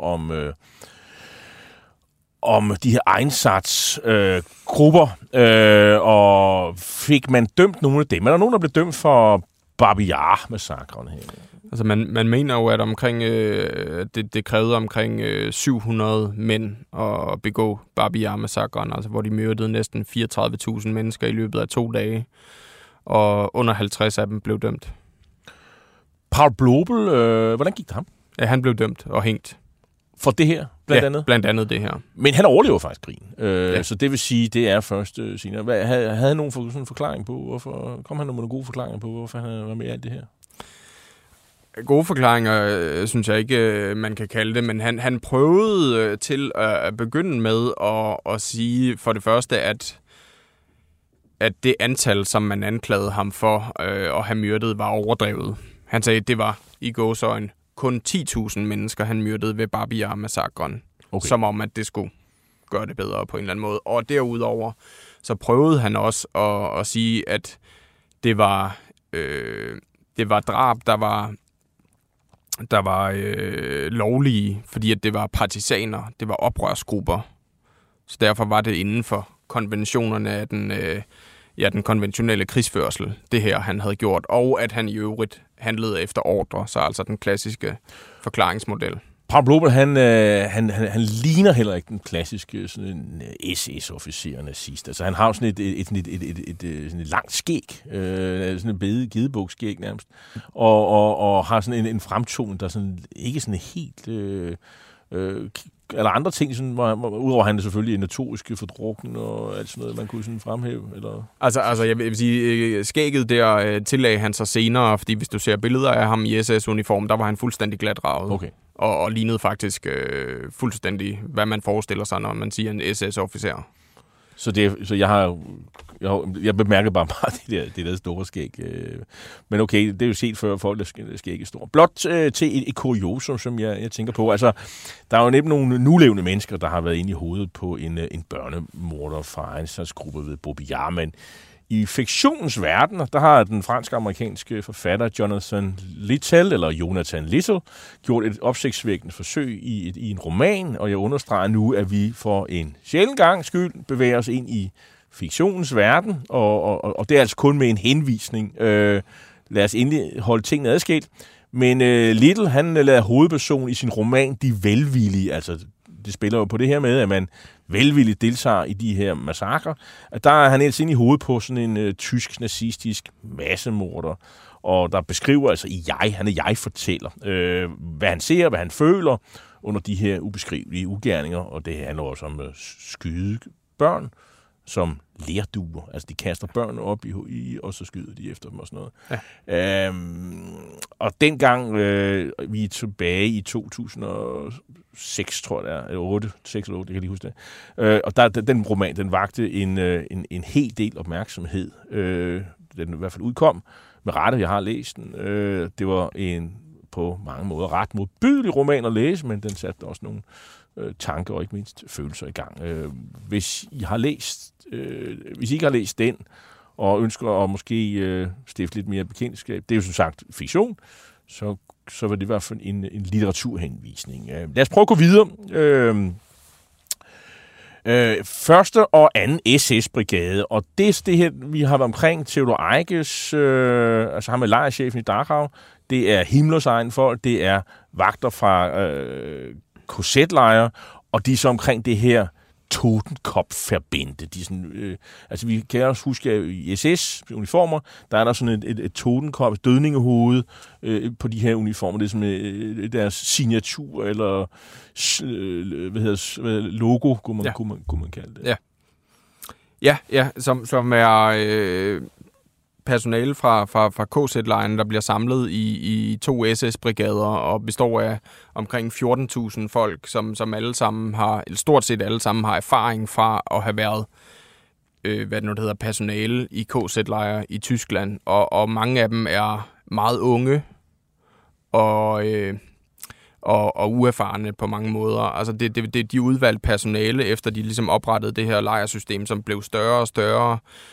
[SPEAKER 6] om de her Einsatzgrupper, og fik man dømt nogle af dem? Er der nogen, der blev dømt for Babi Yar-massakren her?
[SPEAKER 7] Altså man mener jo, at omkring det krævede omkring 700 mænd at begå Babi Yar-massakren, altså hvor de myrdede næsten 34.000 mennesker i løbet af 2 dage, og under 50 af dem blev dømt.
[SPEAKER 6] Paul Blobel, hvordan gik det ham?
[SPEAKER 7] Ja, han blev dømt og hængt.
[SPEAKER 6] For det her, blandt andet?
[SPEAKER 7] Blandt andet det her.
[SPEAKER 6] Men han overlever faktisk krigen. Så det vil sige, det er først senere. Havde han nogen sådan en forklaring på, hvorfor kom han med nogle gode forklaringer på, hvorfor han var med i alt det her?
[SPEAKER 7] Gode forklaringer, synes jeg ikke, man kan kalde det, men han prøvede til at begynde med at sige for det første, at det antal, som man anklagede ham for at have myrdet, var overdrevet. Han sagde, at det var i gåseøjne kun 10.000 mennesker, han myrdede ved Babi Yar-massakren. Okay. Som om, at det skulle gøre det bedre på en eller anden måde. Og derudover, så prøvede han også at sige, at det var drab, der var lovlige, fordi at det var partisaner, det var oprørsgrupper. Så derfor var det inden for konventionerne af den konventionelle krigsførsel, det her han havde gjort, og at han i øvrigt handlede efter ordre, så altså den klassiske forklaringsmodel.
[SPEAKER 6] Paul Blobel, han ligner heller ikke den klassiske sådan SS-officer nazist. Altså han har sådan et langt skæg, sådan en gedebukskæg nærmest, og har sådan en fremtoning, der sådan ikke sådan helt eller andre ting, sådan, udover han er selvfølgelig notorisk fordrukken og alt sådan noget, man kunne sådan fremhæve? Eller?
[SPEAKER 7] Altså jeg vil sige, skægget der tillagde han sig senere, fordi hvis du ser billeder af ham i SS-uniform, der var han fuldstændig glatravet. Okay. Og lignede faktisk fuldstændig, hvad man forestiller sig, når man siger en SS-officer.
[SPEAKER 6] Så jeg bemærker bare det der store skæg. Men okay, det er jo set før folk, der skæg er stor. Blot til et kuriosum, som jeg tænker på. Altså, der er jo nemlig nogle nulevende mennesker, der har været inde i hovedet på en børnemorder fra Einsatzgruppe ved Babi Yar, men i fiktionens verden, der har den fransk-amerikanske forfatter Jonathan Littell gjort et opsigtsvækkende forsøg i en roman, og jeg understreger nu, at vi for en sjælden gang skyld bevæger os ind i fiktionens verden, og det er altså kun med en henvisning. Lad os endelig holde tingene adskilt. Men Littell, han lader hovedpersonen i sin roman De Velvillige, altså det spiller jo på det her med, at man velvilligt deltager i de her massakrer. Der er han ellers inde i hovedet på sådan en tysk nazistisk massemorder, og der beskriver altså han er jeg-fortæller, hvad han ser, hvad han føler under de her ubeskrivelige ugerninger, og det handler også om skyde børn som lerduer. Altså, de kaster børn op og så skyder de efter dem og sådan noget. Ja. Og dengang vi er tilbage i 2006, tror jeg det er, 6 eller 8, jeg kan lige huske det. Og den roman, den vagte en hel del opmærksomhed. Den i hvert fald udkom med rette, jeg har læst den. Det var en på mange måder ret modbydelig roman at læse, men den satte også nogle tanker og ikke mindst følelser i gang. Hvis I ikke har læst den, og ønsker at måske stifte lidt mere bekendtskab. Det er jo som sagt fiktion, så var det i hvert fald en litteraturhenvisning. Lad os prøve at gå videre. Første og anden SS-brigade, og det her, vi har været omkring Theodor Eikes, altså ham er lejrchefen i Dachau, det er Himmlers egen folk, det er vagter fra KZ-lejre, og de er så omkring det her Totenkopfverbände. De sådan, altså vi kan også huske, at i SS-uniformer, der er der sådan et Totenkopf, dødningehoved på de her uniformer. Det er sådan deres signatur, eller logo, kunne man kalde det.
[SPEAKER 7] Ja, som er personale fra KZ-lejren, der bliver samlet i 2 SS-brigader og består af omkring 14.000 folk, som alle sammen har, eller stort set alle sammen har erfaring fra at have været personale i KZ-lejre i Tyskland, og mange af dem er meget unge og uerfarne på mange måder. Altså de udvalgte personale, efter de ligesom oprettede det her lejrsystem, som blev større og større.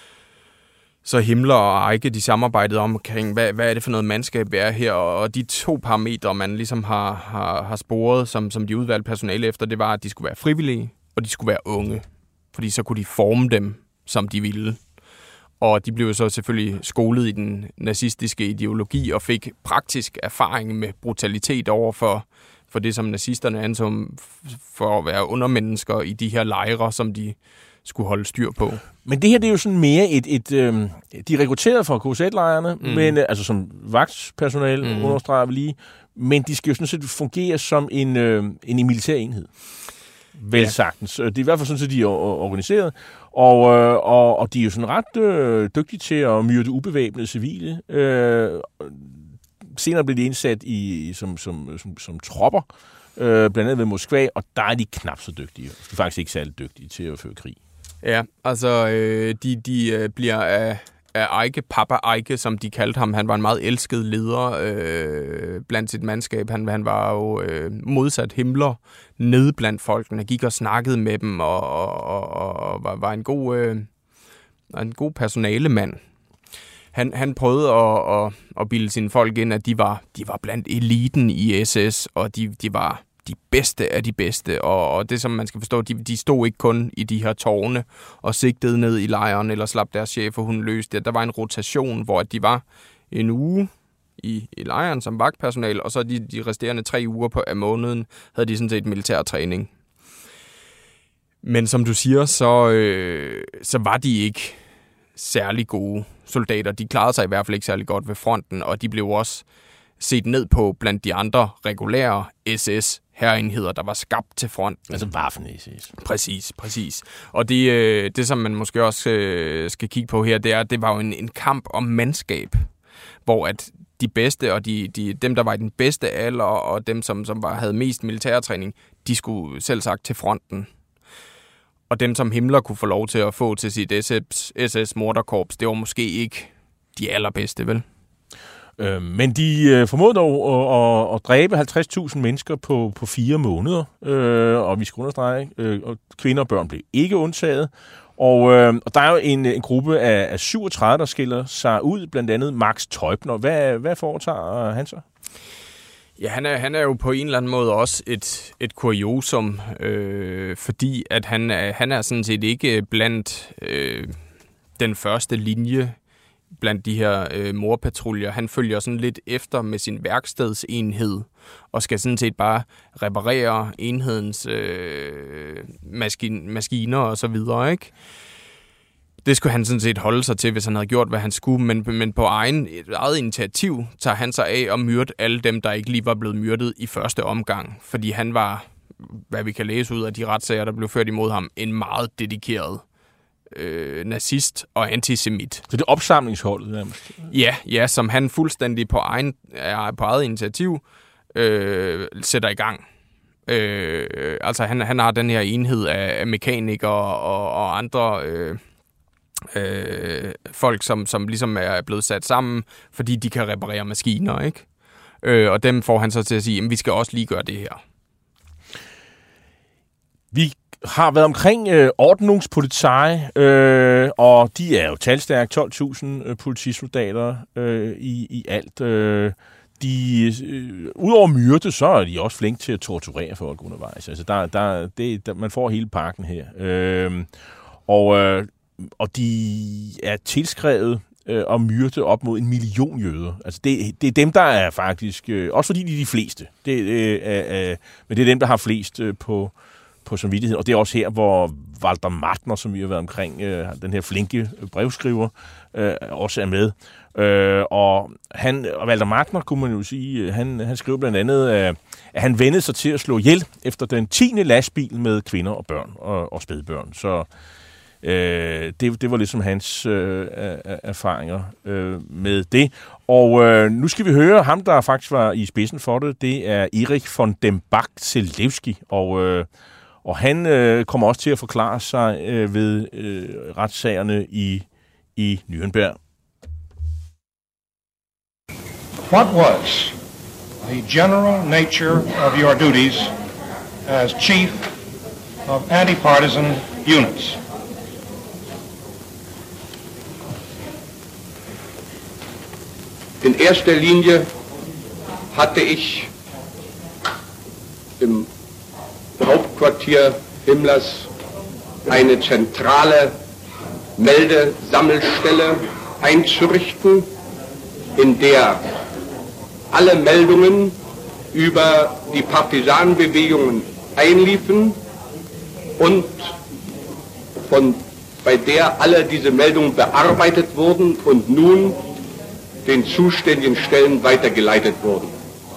[SPEAKER 7] Så Himmler og Eike, de samarbejdede omkring, hvad er det for noget mandskab, vi er her, og de 2 parametre, man ligesom har sporet, som de udvalgte personale efter, det var, at de skulle være frivillige, og de skulle være unge, fordi så kunne de forme dem, som de ville. Og de blev så selvfølgelig skolet i den nazistiske ideologi, og fik praktisk erfaring med brutalitet over for det, som nazisterne anså for at være undermennesker i de her lejre, som de skulle holde styr på. Men det her, det er jo sådan mere de er rekrutteret fra KZ-lejrene, men altså som vagtpersonale, understreger vi lige, men de skal jo sådan set fungere som en militær enhed. Vel sagtens. Det er i hvert fald sådan, at de er organiseret, og de er jo sådan ret dygtige til at myrde ubevæbnede civile. Senere blev de indsat som tropper, blandt andet ved Moskva, og der er de knap så dygtige. De er faktisk ikke særlig dygtige til at føre krig. Ja, altså de bliver af Eike, Papa Eike, som de kaldte ham. Han var en meget elsket leder blandt sit mandskab. Han var jo modsat Himmler nede blandt folkene, gik og snakkede med dem og var en god personalemand. Han prøvede at bilde sine folk ind, at de var blandt eliten i SS, og de var de bedste af de bedste, og det som man skal forstå, de stod ikke kun i de her tårne og sigtede ned i lejren eller slap deres chef, og hun løste det. Der var en rotation, hvor de var en uge i lejren som vagtpersonale, og så de resterende 3 uger af måneden havde de sådan set militærtræning. Men som du siger, så var de ikke særlig gode soldater. De klarede sig i hvert fald ikke særlig godt ved fronten, og de blev også set ned på blandt de andre regulære SS-hærenheder, der var skabt til fronten. Altså Waffen-SS. Præcis. Og det, som man måske også skal kigge på her, det er, at det var jo en kamp om mandskab, hvor at de bedste, og dem, der var i den bedste alder, og dem, som havde mest militærtræning, de skulle selv sagt til fronten. Og dem, som Himmler kunne få lov til at få til sit SS-morderkorps, det var måske ikke de allerbedste, vel? Men de formåede dog at dræbe 50.000 mennesker på 4 måneder, og vi skal understrege, og kvinder og børn blev ikke undtaget. Og der er jo en gruppe af 37, der skiller sig ud, blandt andet Max Teubner. Hvad foretager han så? Ja, han er jo på en eller anden måde også et kuriosum, fordi at han er sådan set ikke blandt den første linje blandt de her mordpatruljer. Han følger sådan lidt efter med sin værkstedsenhed og skal sådan set bare reparere enhedens maskiner og så videre, ikke? Det skulle han sådan set holde sig til, hvis han havde gjort, hvad han skulle, men på eget initiativ tager han sig af at myrde alle dem, der ikke lige var blevet myrdet i første omgang, fordi han var, hvad vi kan læse ud af de retssager, der blev ført imod ham, en meget dedikeret nazist og antisemit. Så det er opsamlingsholdet nærmest? Ja, som han fuldstændig på eget initiativ sætter i gang. Altså han har den her enhed af mekanikere og andre folk, som ligesom er blevet sat sammen, fordi de kan reparere maskiner, ikke? Og dem får han så til at sige, at vi skal også lige gøre det her. Vi
[SPEAKER 6] har været omkring Ordnungspolizei, og de er jo talstærke, 12.000 politisoldater i alt. Udover myrde, så er de også flinke til at torturere folk undervejs. Altså, man får hele pakken her. Og de er tilskrevet og myrde op mod 1 million jøder. Altså det er dem, der er faktisk... også fordi de er de fleste. Men det er dem, der har flest på samvittighed. Og det er også her, hvor Walter Martner, som vi har været omkring, den her flinke brevskriver, også er med. Og Walter Martner, kunne man jo sige, han skrev blandt andet, at han vendte sig til at slå ihjel efter den 10. lastbil med kvinder og børn og spædbørn. Så det var ligesom hans erfaringer med det. Og nu skal vi høre ham, der faktisk var i spidsen for det. Det er Erich von dem Bach-Zelewski. Og han kommer også til at forklare sig ved retssagerne i Nürnberg.
[SPEAKER 10] What was the general nature of your duties as chief of anti-partisan units?
[SPEAKER 11] In erster Linie hatte ich im Hauptquartier Himmlers eine zentrale Meldesammelstelle einzurichten, in der alle Meldungen über die Partisanenbewegungen einliefen und bei der alle diese Meldungen bearbeitet wurden und nun den zuständigen Stellen weitergeleitet wurden.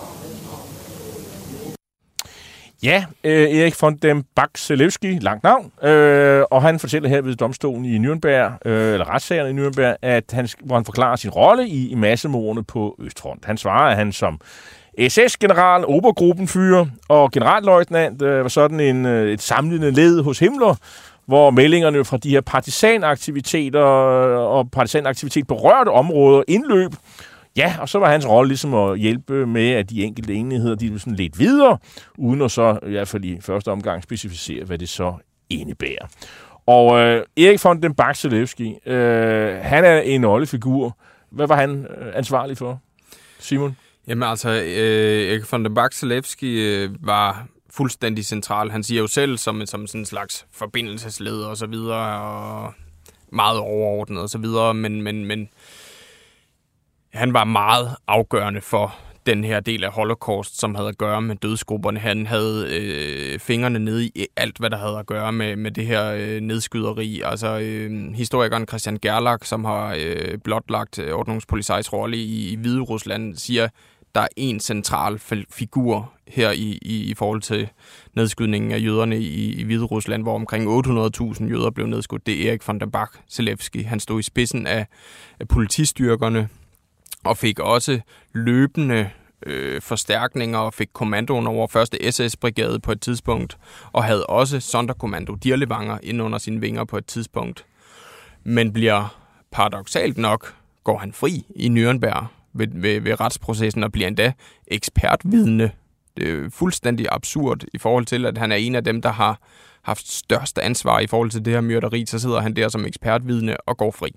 [SPEAKER 6] Ja, Erich von dem Bach-Zelewski, langt navn, og han fortæller her ved domstolen i Nürnberg, eller retssagerne i Nürnberg, hvor han forklarer sin rolle i massemordene på Østfront. Han svarer, at han som SS-general, Obergruppenführer og generalløjtnant var sådan et samlende led hos Himmler, hvor meldingerne fra de her partisanaktiviteter og partisanaktivitet på rørte områder indløb. Ja, og så var hans rolle ligesom at hjælpe med, at de enkelte enheder, de blev sådan lidt videre, uden at så i hvert fald i første omgang specificere, hvad det så indebærer. Og Erich von dem Bach-Zelewski, han er en nøglefigur. Hvad var han ansvarlig for, Simon?
[SPEAKER 7] Jamen altså, Erich von dem Bach-Zelewski var fuldstændig central. Han siger jo selv som sådan en slags forbindelsesleder og så videre, og meget overordnet og så videre, men han var meget afgørende for den her del af Holocaust, som havde at gøre med dødsgrupperne. Han havde fingrene nede i alt, hvad der havde at gøre med det her nedskyderi. Altså historikeren Christian Gerlach, som har blotlagt Ordnungspolizeis rolle i Hvide Rusland, siger, der er en central figur her i forhold til nedskydningen af jøderne i Hvide Rusland, hvor omkring 800.000 jøder blev nedskudt. Det er Erich von dem Bach-Zelewski. Han stod i spidsen af politistyrkerne og fik også løbende forstærkninger og fik kommandoen over 1. SS-brigade på et tidspunkt, og havde også Sonderkommando Dirlewanger inde under sine vinger på et tidspunkt. Men bliver paradoksalt nok, går han fri i Nürnberg ved retsprocessen og bliver endda ekspertvidne. Det er fuldstændig absurd i forhold til, at han er en af dem, der har haft største ansvar i forhold til det her myrderi. Så sidder han der som ekspertvidne og går fri.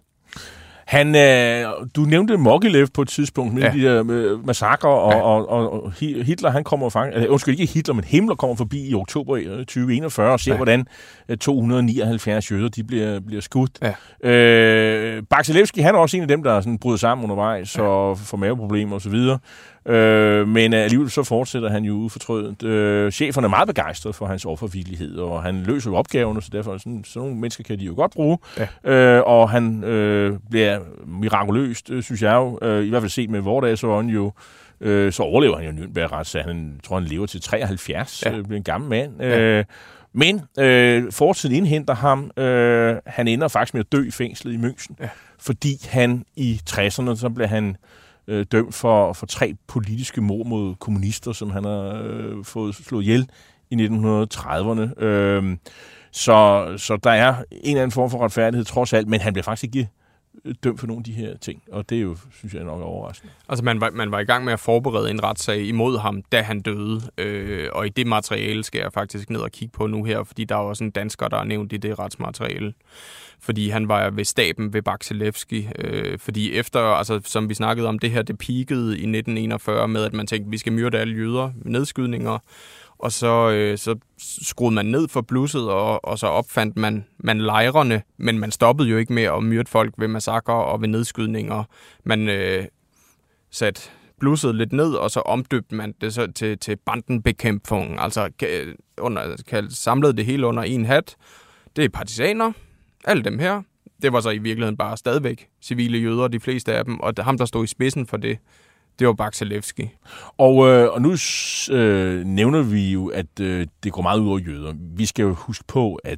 [SPEAKER 6] Du nævnte Mogilev på et tidspunkt med de der massakrer, og Hitler, han kommer ikke Hitler, men Himmler kommer forbi i oktober 2041 og ser, hvordan 279 jøder, de bliver skudt. Ja. Bach-Zelewski, han er også en af dem, der sådan bryder sammen undervejs og får maveproblemer osv. Men alligevel så fortsætter han jo ufortrødent. Cheferne er meget begejstrede for hans offervillighed, og han løser jo opgaverne, så derfor sådan nogle mennesker kan de jo godt bruge. Ja. Og han bliver mirakuløst, synes jeg jo, i hvert fald set med vores øjne jo, så overlever han jo Nürnberg-retssagen. Han tror, han lever til 73, bliver en gammel mand. Ja. Men fortiden indhenter ham. Han ender faktisk med at dø i fængslet i München, fordi han i 60'erne, så blev han dømt for 3 politiske mord mod kommunister, som han har fået slået ihjel i 1930'erne. Så der er en eller anden form for retfærdighed trods alt, men han bliver faktisk ikke dømt for nogle af de her ting, og det er jo, synes jeg, nok overraskende.
[SPEAKER 7] Altså, man var i gang med at forberede en retssag imod ham, da han døde, og i det materiale skal jeg faktisk ned og kigge på nu her, fordi der er også en dansker, der er nævnt i det retsmateriale. Fordi han var ved staben ved Bakselevski, fordi efter, altså som vi snakkede om, det her, det peakede i 1941 med, at man tænkte, vi skal myrde alle jøder med nedskydninger, og så skruede man ned for blusset, og så opfandt man lejrene, men man stoppede jo ikke med at myrde folk ved massakrer og ved nedskydninger. Man satte blusset lidt ned, og så omdøbte man det så til Bandenbekämpfung, altså samlede det hele under en hat. Det er partisaner, alle dem her. Det var så i virkeligheden bare stadigvæk civile jøder, de fleste af dem, og ham, der stod i spidsen for det, det var Bakselevski.
[SPEAKER 6] Og nu nævner vi jo, at det går meget ud over jøder. Vi skal jo huske på, at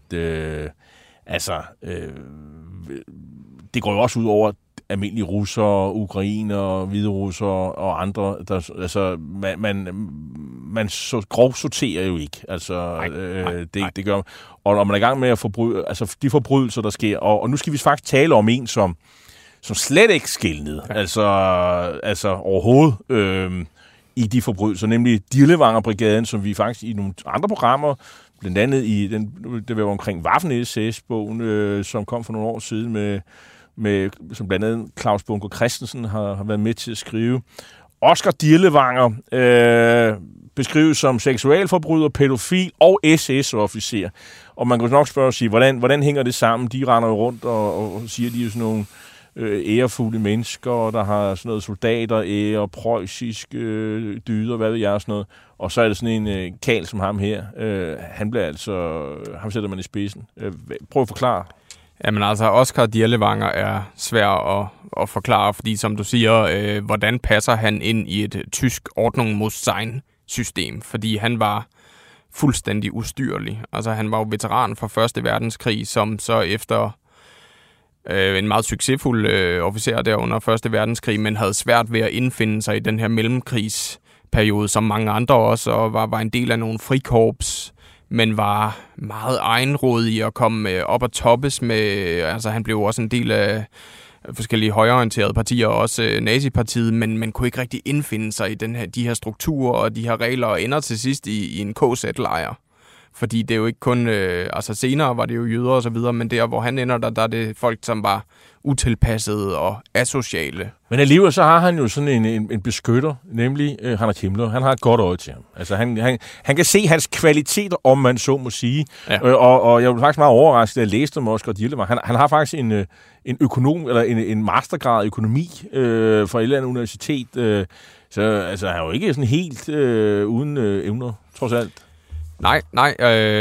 [SPEAKER 6] det går jo også ud over almindelige russere, ukrainere, hviderussere og andre. Man så groft sorterer jo ikke. Det gør. Og når man er i gang med at forbryde, altså de forbrydelser, der sker, og nu skal vi faktisk tale om en, som slet ikke skilnede, altså overhovedet i de forbrydelser, nemlig Dirlewanger-brigaden, som vi faktisk i nogle andre programmer, blandt andet i det var omkring Waffen-SS-bogen, som kom for nogle år siden, med som blandt andet Claus Bunker Christensen har været med til at skrive. Oskar Dirlewanger beskrives som seksualforbryder, pædofil og SS-officer. Og man kan nok spørge og sige, hvordan hænger det sammen? De render jo rundt og siger, de er sådan nogle ærefulde mennesker, der har sådan noget soldater, ære, preussiske dyder, hvad ved jeg, sådan noget. Og så er det sådan en kal som ham her. Ham sætter man i spidsen. Prøv at forklare.
[SPEAKER 7] Jamen altså, Oskar Dirlewanger er svær at forklare, fordi som du siger, hvordan passer han ind i et tysk Ordnung muss sein system? Fordi han var fuldstændig ustyrlig. Altså, han var jo veteran fra 1. verdenskrig, som så efter en meget succesfuld officer der under 1. verdenskrig, men havde svært ved at indfinde sig i den her mellemkrigsperiode, som mange andre også, og var en del af nogle frikorps, men var meget egenrådig at komme op og toppes med, altså han blev også en del af forskellige højreorienterede partier, også nazipartiet, men kunne ikke rigtig indfinde sig i de her strukturer og de her regler, og ender til sidst i en KZ-lejr. Fordi det er jo ikke kun, altså senere var det jo jøder og så videre, men der hvor han ender, der er det folk, som var utilpassede og asociale.
[SPEAKER 6] Men alligevel så har han jo sådan en beskytter, nemlig Heinrich Himmler. Han har et godt øje til ham. Altså han kan se hans kvaliteter, om man så må sige. Ja. Og jeg var faktisk meget overrasket, at jeg læste om Oskar Dirlewanger. Han har faktisk en økonom, eller en mastergrad i økonomi fra et eller andet universitet. Så altså, han er jo ikke sådan helt uden evner, trods alt.
[SPEAKER 7] Nej,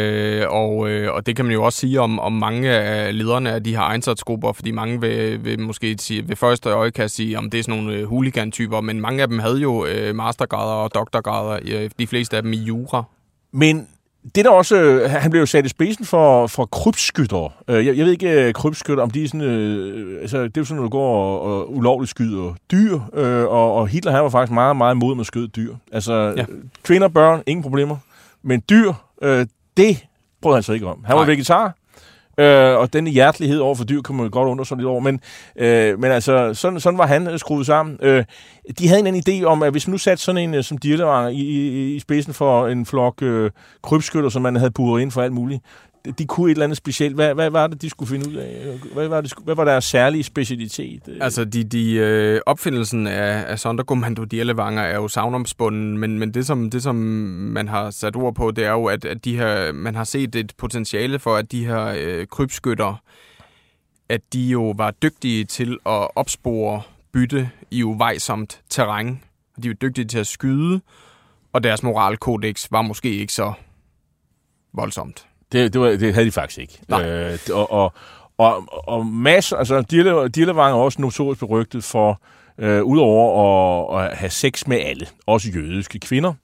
[SPEAKER 7] og det kan man jo også sige om mange af lederne af de her einsatzgrupper, fordi mange vil måske sige, ved første øjekast sige, om det er sådan nogle hooligan-typer, men mange af dem havde jo mastergrader og doktorgrader, de fleste af dem i jura.
[SPEAKER 6] Men det der også, han blev jo sat i spidsen for krybskytter. Jeg ved ikke, krybskytter, om de er sådan, altså det er jo sådan, at du går og ulovligt skyder dyr, og Hitler han var faktisk meget, meget imod med at skyde dyr. Altså kvinder, børn, ingen problemer. Men dyr, det brød han sig ikke om. Han var vegetar, og den hjertelighed over for dyr kan man godt undre sig lidt over. Men altså, sådan var han skruet sammen. De havde en anden idé om, at hvis man nu satte sådan en som Dirlewanger i spidsen for en flok krybskytter, som man havde buret ind for alt muligt, de kunne et eller andet specielt. Hvad var det, de skulle finde ud af? Hvad var deres særlige specialitet?
[SPEAKER 7] Altså, opfindelsen af Sonderkommando Dirlewanger er jo savnomspunden, men det, som man har sat ord på, det er jo, at man har set et potentiale for, at de her krybskytter, at de jo var dygtige til at opspore bytte i uvejsomt terræn. De var dygtige til at skyde, og deres moralkodex var måske ikke så voldsomt.
[SPEAKER 6] Det havde de faktisk ikke. Og masser, altså Dirlewanger er også notorisk berygtet for, udover at have sex med alle, også jødiske kvinder.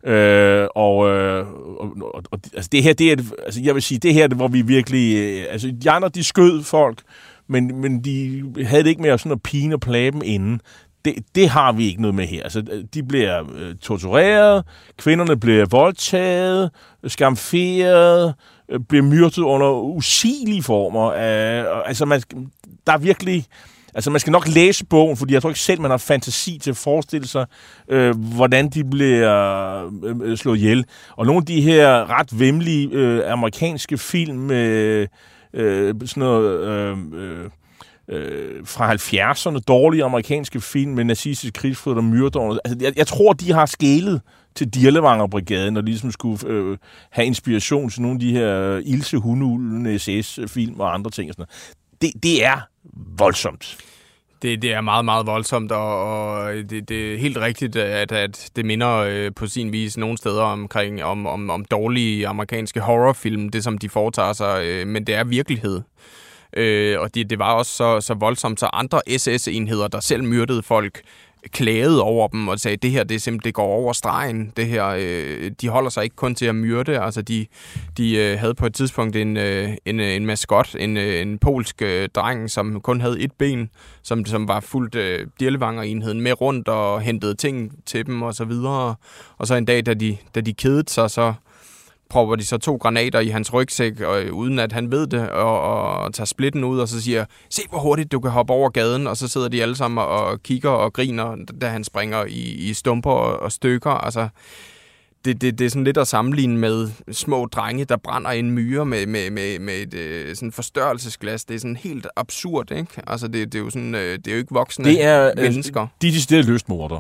[SPEAKER 6] Altså det her, det er, altså jeg vil sige, det her, hvor vi virkelig, altså de andre, de skød folk, men de havde det ikke med sådan at pine og plage dem inden. Det har vi ikke noget med her. Altså, de bliver tortureret, kvinderne bliver voldtaget, skamferet, bliver myrdet under usigelige former. Altså, der er virkelig... Altså, man skal nok læse bogen, fordi jeg tror ikke selv, man har fantasi til at forestille sig, hvordan de bliver slået ihjel. Og nogle af de her ret væmmelige amerikanske film med sådan noget fra 70'erne, dårlige amerikanske film med nazistiske krigsfoder og myrder. Altså, jeg tror, de har skælet til Dirlewanger-brigaden, og ligesom skulle have inspiration til nogle af de her Ilse Hundeulden, SS-film og andre ting. Og sådan noget. Det er voldsomt.
[SPEAKER 7] Det er meget, meget voldsomt, og det er helt rigtigt, at det minder på sin vis nogle steder om dårlige amerikanske horrorfilm, det som de foretager sig, men det er virkelighed. Og det var også så voldsomt, så andre SS-enheder, der selv myrdede folk, klagede over dem og sagde, det her, det går over stregen. Det her, de holder sig ikke kun til at myrde. Altså, de havde på et tidspunkt en maskot, en polsk dreng, som kun havde et ben, som var fuldt Dirlewanger-enheden med rundt og hentede ting til dem og så videre. Og så en dag, da de kedede sig, så propper de så 2 granater i hans rygsæk, uden at han ved det, og tager splitten ud, og så siger, se hvor hurtigt du kan hoppe over gaden, og så sidder de alle sammen og kigger og griner, da han springer i stumper og stykker. Altså, det er sådan lidt at sammenligne med små drenge, der brænder en myre med et sådan forstørrelsesglas. Det er sådan helt absurd, ikke? Altså, det er jo sådan, det er jo ikke voksne mennesker.
[SPEAKER 6] De er decideret lystmordere.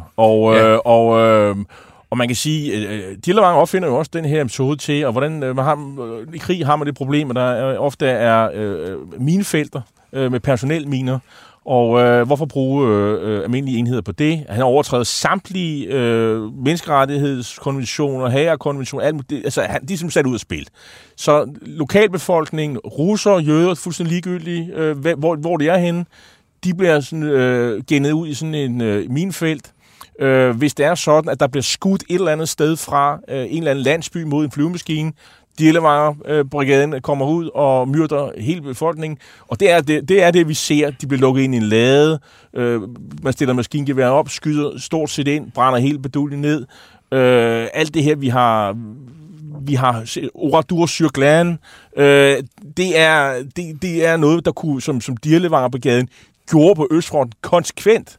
[SPEAKER 6] Og man kan sige, Dirlewanger opfinder jo også den her metode til, og hvordan man har, i krig har man det problem, at der ofte er minefelter med personelminer, og hvorfor bruge almindelige enheder på det? Han har overtrædet samtlige menneskerettighedskonventioner, Haagerkonventioner, alt muligt. Altså, de er simpelthen sat ud af spil. Så lokalbefolkningen, russere, jøder, fuldstændig ligegyldige, hvor det er henne, de bliver sådan, gennet ud i sådan en minefelt. Hvis det er sådan, at der bliver skudt et eller andet sted fra en eller anden landsby mod en flyvemaskine, Dirlewanger-brigaden kommer ud og myrder hele befolkningen. Og det er det, vi ser. De bliver lukket ind i en lade. Man stiller maskingeværet op, skyder stort set ind, brænder hele beduljen ned. Alt det her, vi har Oradour sur Glane. Det er noget, der kunne, som Dirlewanger-brigaden gjorde på Østfronten konsekvent.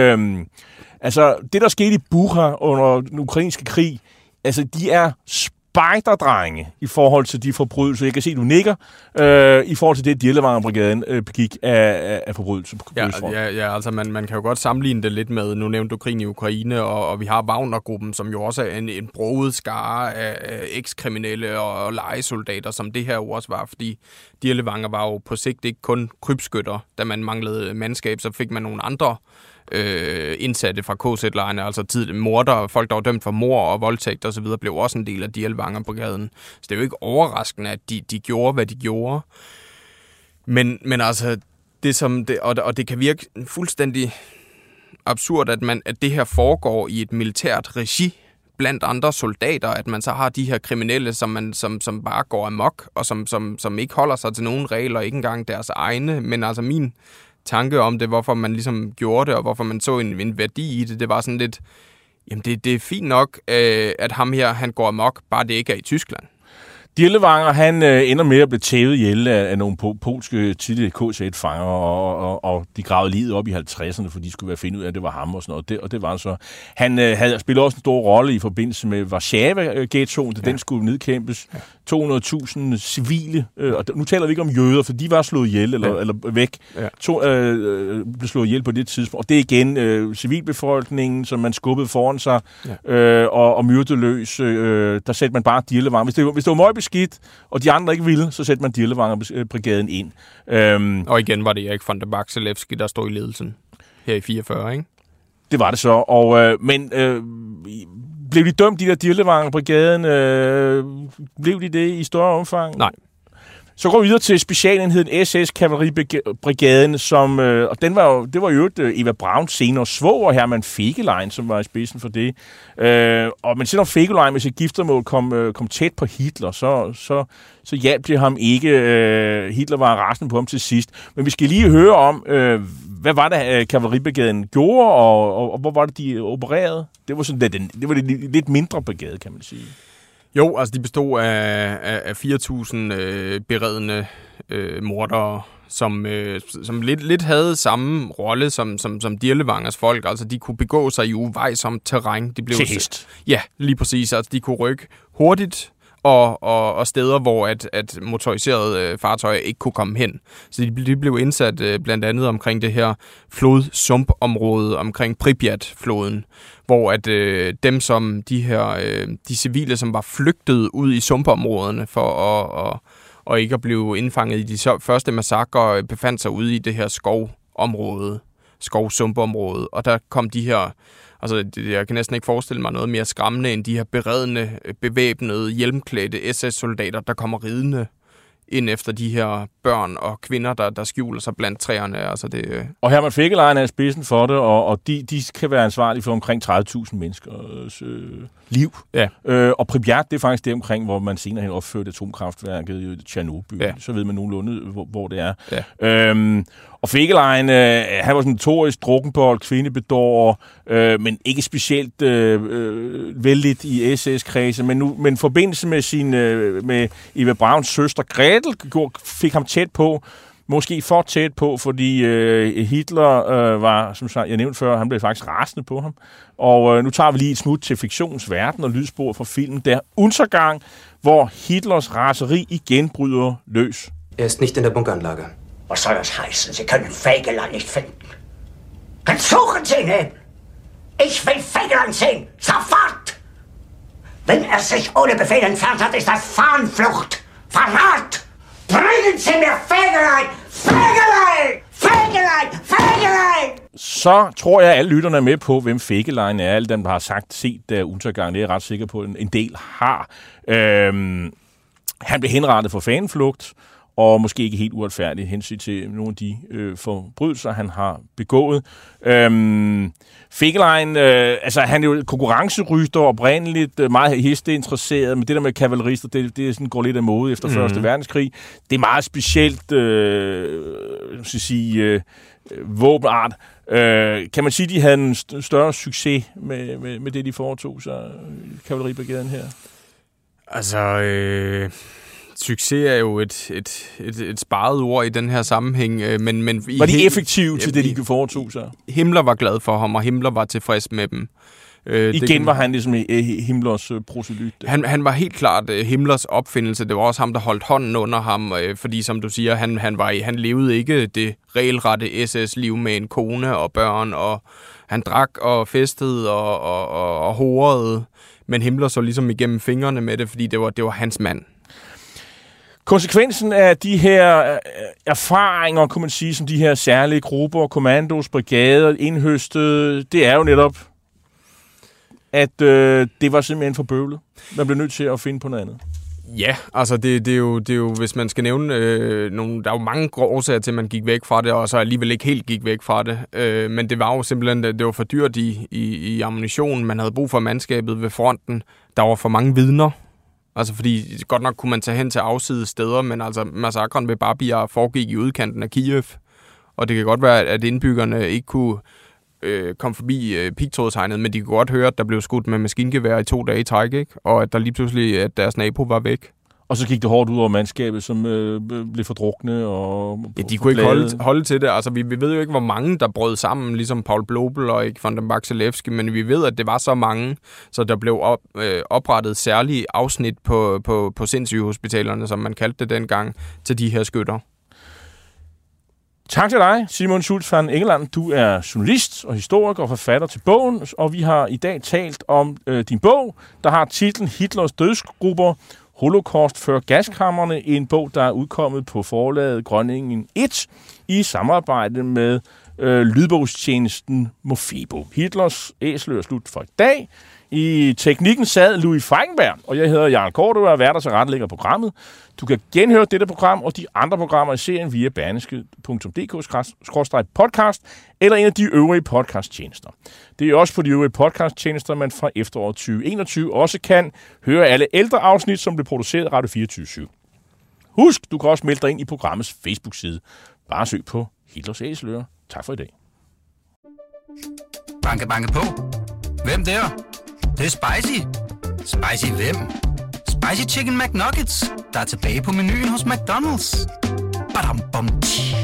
[SPEAKER 6] Altså, det der skete i Bucha under den ukrainske krig, altså, de er spejderdrenge i forhold til de forbrydelser. Jeg kan se, du nikker, i forhold til det, Dirlewanger-brigaden begik af forbrydelser på Østfronten.
[SPEAKER 7] Ja, altså, man kan jo godt sammenligne det lidt med, nu nævnte du krigen i Ukraine, og vi har Wagner-gruppen, som jo også er en broget skare af ekskriminelle og lejesoldater, som det her jo også var, fordi Dirlewanger var jo på sigt ikke kun krybskytter. Da man manglede mandskab, så fik man nogle andre indsatte fra KZ-lejrene, altså morder, folk, der var dømt for mord og voldtægt og så videre, blev også en del af Dirlewanger-brigaden. Så det er jo ikke overraskende, at de gjorde, hvad de gjorde. Men altså, det som det, og det kan virke fuldstændig absurd, at det her foregår i et militært regi blandt andre soldater, at man så har de her kriminelle, som bare går amok, og som ikke holder sig til nogen regler, ikke engang deres egne, men altså min tanke om det, hvorfor man ligesom gjorde det, og hvorfor man så en værdi i det, det var sådan lidt, jamen det er fint nok, at ham her, han går amok, bare det ikke er i Tyskland.
[SPEAKER 6] Dirlewanger, han ender med at blive tævet ihjel af nogle polske tidligere KZ-fanger, og de gravede livet op i 50'erne, for de skulle være finde ud af, at det var ham og sådan noget. Og det var så. Han havde spillet også en stor rolle i forbindelse med Warszawa-ghettoen, da den skulle nedkæmpes. 200.000 civile, og nu taler vi ikke om jøder, for de var slået ihjel eller væk. Blev slået ihjel på det tidspunkt. Og det er igen civilbefolkningen, som man skubbede foran sig, og myrdeløs. Der satte man bare Dirlewanger. Hvis det var meget beskidt, og de andre ikke ville, så satte man Dirlewanger-brigaden ind.
[SPEAKER 7] Og igen var det Erik von der Bakselewski, der stod i ledelsen her i 44, ikke?
[SPEAKER 6] Det var det så. Men blev de dømt, de der Dirlewanger-brigaden? Blev de det i større omfang?
[SPEAKER 7] Nej.
[SPEAKER 6] Så går vi videre til specialenheden SS-kavaleribrigaden, som, og det var jo Eva Braun senere svoger, Hermann Fegelein, som var i spidsen for det. Men selvom Fegelein med sit giftermål kom tæt på Hitler, så hjalp det ham ikke. Hitler var rasende på ham til sidst. Men vi skal lige høre om, hvad var det, kavaleribrigaden gjorde, og hvor var det, de opererede? Det var sådan det lidt mindre brigade, kan man sige.
[SPEAKER 7] Jo, altså de bestod af 4.000 beredne mordere, som lidt havde samme rolle som Dirlevangers folk. Altså, de kunne begå sig i uvejsomt terræn. De blev
[SPEAKER 6] til hest.
[SPEAKER 7] Ja, lige præcis. Altså, de kunne rykke hurtigt og steder, hvor at motoriserede fartøjer ikke kunne komme hen. Så de blev indsat blandt andet omkring det her flodsumpområde omkring Pripyat-floden, hvor at dem som de civile, som var flygtet ud i sumpområderne for at ikke at blive indfanget i de første massakrer, befandt sig ude i det her skovsumpområde, og der kom de her. Altså, jeg kan næsten ikke forestille mig noget mere skræmmende end de her beredne, bevæbnede, hjelmklædte SS-soldater, der kommer ridende ind efter de her børn og kvinder, der skjuler sig blandt træerne. Altså det.
[SPEAKER 6] Og Hermann Fegelein er i spidsen for det, og de kan være ansvarlige for omkring 30.000 menneskers liv. Ja. Og Pripyat, det er faktisk det omkring, hvor man senere hen opførte atomkraftværket i Tjernobyl. Ja. Så ved man nogenlunde, hvor det er. Ja. Og Fegelein, han var sådan en notorisk drukkenbold, kvindebedårer, men ikke specielt vældigt i SS-kredse. Men forbindelse med Eva Brauns søster Gretel fik ham tæt på, måske for tæt på, fordi Hitler var, som jeg nævnte før, han blev faktisk rasende på ham. Og nu tager vi lige et smut til fiktionsverden og lydspor fra filmen Der Untergang, hvor Hitlers raseri igen bryder løs.
[SPEAKER 12] Ist nicht in der Bunkeranlage.
[SPEAKER 5] Was soll das heißen? Sie können Fegelein nicht finden. Dann suchen Sie ihn eben. Ich will Fegelein sehen. Sofort! Wenn sich ohne Befehl entfernt hat, ist das Fahnenflucht. Verrat! Bringen Sie mir Fegelein! Fegelein! Fegelein! Fegelein!
[SPEAKER 6] Så tror jeg, at alle lytterne er med på, hvem Fegelein er. Alle dem, der har set Der Untergang, det er jeg ret sikker på, en del har. Han blev henrettet for faneflugt, og måske ikke helt uretfærdigt hensyn til nogle af de forbrydelser, han har begået. Fegelein, han er jo konkurrencerytter oprindeligt, meget hesteinteresseret, men det der med kavalerister, det sådan går lidt af mode efter Første Verdenskrig. Det er meget specielt, våbenart. Kan man sige, at de havde en større succes med det, de foretog sig, kavaleribrigaden her?
[SPEAKER 7] Succes er jo et sparet ord i den her sammenhæng, men
[SPEAKER 6] var de effektive til det, de foretog sig?
[SPEAKER 7] Himmler var glad for ham, og Himmler var tilfreds med dem.
[SPEAKER 6] Igen var han ligesom Himmlers proselyt.
[SPEAKER 7] Han var helt klart Himmlers opfindelse. Det var også ham, der holdt hånden under ham, fordi som du siger, han levede ikke det regelrette SS-liv med en kone og børn, og han drak og festede og horede, men Himmler så ligesom igennem fingrene med det, fordi det var hans mand.
[SPEAKER 6] Konsekvensen af de her erfaringer, kunne man sige, som de her særlige grupper, kommandos, brigader, indhøstede, det er jo netop, at det var simpelthen for bøvlet. Man blev nødt til at finde på noget andet.
[SPEAKER 7] Ja, altså det er jo, hvis man skal nævne der er jo mange årsager til, at man gik væk fra det, og så alligevel ikke helt gik væk fra det. Men det var jo simpelthen, det var for dyrt i ammunition. Man havde brug for mandskabet ved fronten. Der var for mange vidner. Altså fordi godt nok kunne man tage hen til afsides steder, men altså massakren ved Babij foregik i udkanten af Kiev. Og det kan godt være, at indbyggerne ikke kunne komme forbi pigtrådshegnet, men de kunne godt høre, at der blev skudt med maskingevær i 2 dage i træk, ikke? Og at der lige pludselig, at deres nabo var væk.
[SPEAKER 6] Og så gik det hårdt ud over mandskabet, som blev fordrukne og
[SPEAKER 7] ja, de kunne ikke holde til det. Altså, vi ved jo ikke, hvor mange, der brød sammen, ligesom Paul Blobel og ikke von den Bakselewski, men vi ved, at det var så mange, så der blev oprettet særlige afsnit på sindssygehospitalerne, som man kaldte det dengang, til de her skytter.
[SPEAKER 6] Tak til dig, Simon Schultz van Engeland. Du er journalist og historiker og forfatter til bogen, og vi har i dag talt om din bog, der har titlen Hitlers dødsgrupper, Holocaust før gaskammerne, en bog, der er udkommet på forlaget Grønningen 1 i samarbejde med lydbogstjenesten Mofebo. Hitlers æsler er slut for i dag. I teknikken sad Louis Feigenberg, og jeg hedder Jarl Cordua og er vært og tilrettelægger programmet. Du kan genhøre dette program og de andre programmer i serien via berlingske.dk/podcast eller en af de øvrige podcasttjenester. Det er også på de øvrige podcasttjenester, man fra efteråret 2021 også kan høre alle ældre afsnit, som blev produceret af Radio 24/7. Husk, du kan også melde dig ind i programmets Facebook-side. Bare søg på Hitlers æselører. Tak for i dag.
[SPEAKER 1] Banke, banke på. Hvem der? Det er spicy. Spicy hvem? Spicy Chicken McNuggets, der er tilbage på menuen hos McDonald's. Badum, bom, tji.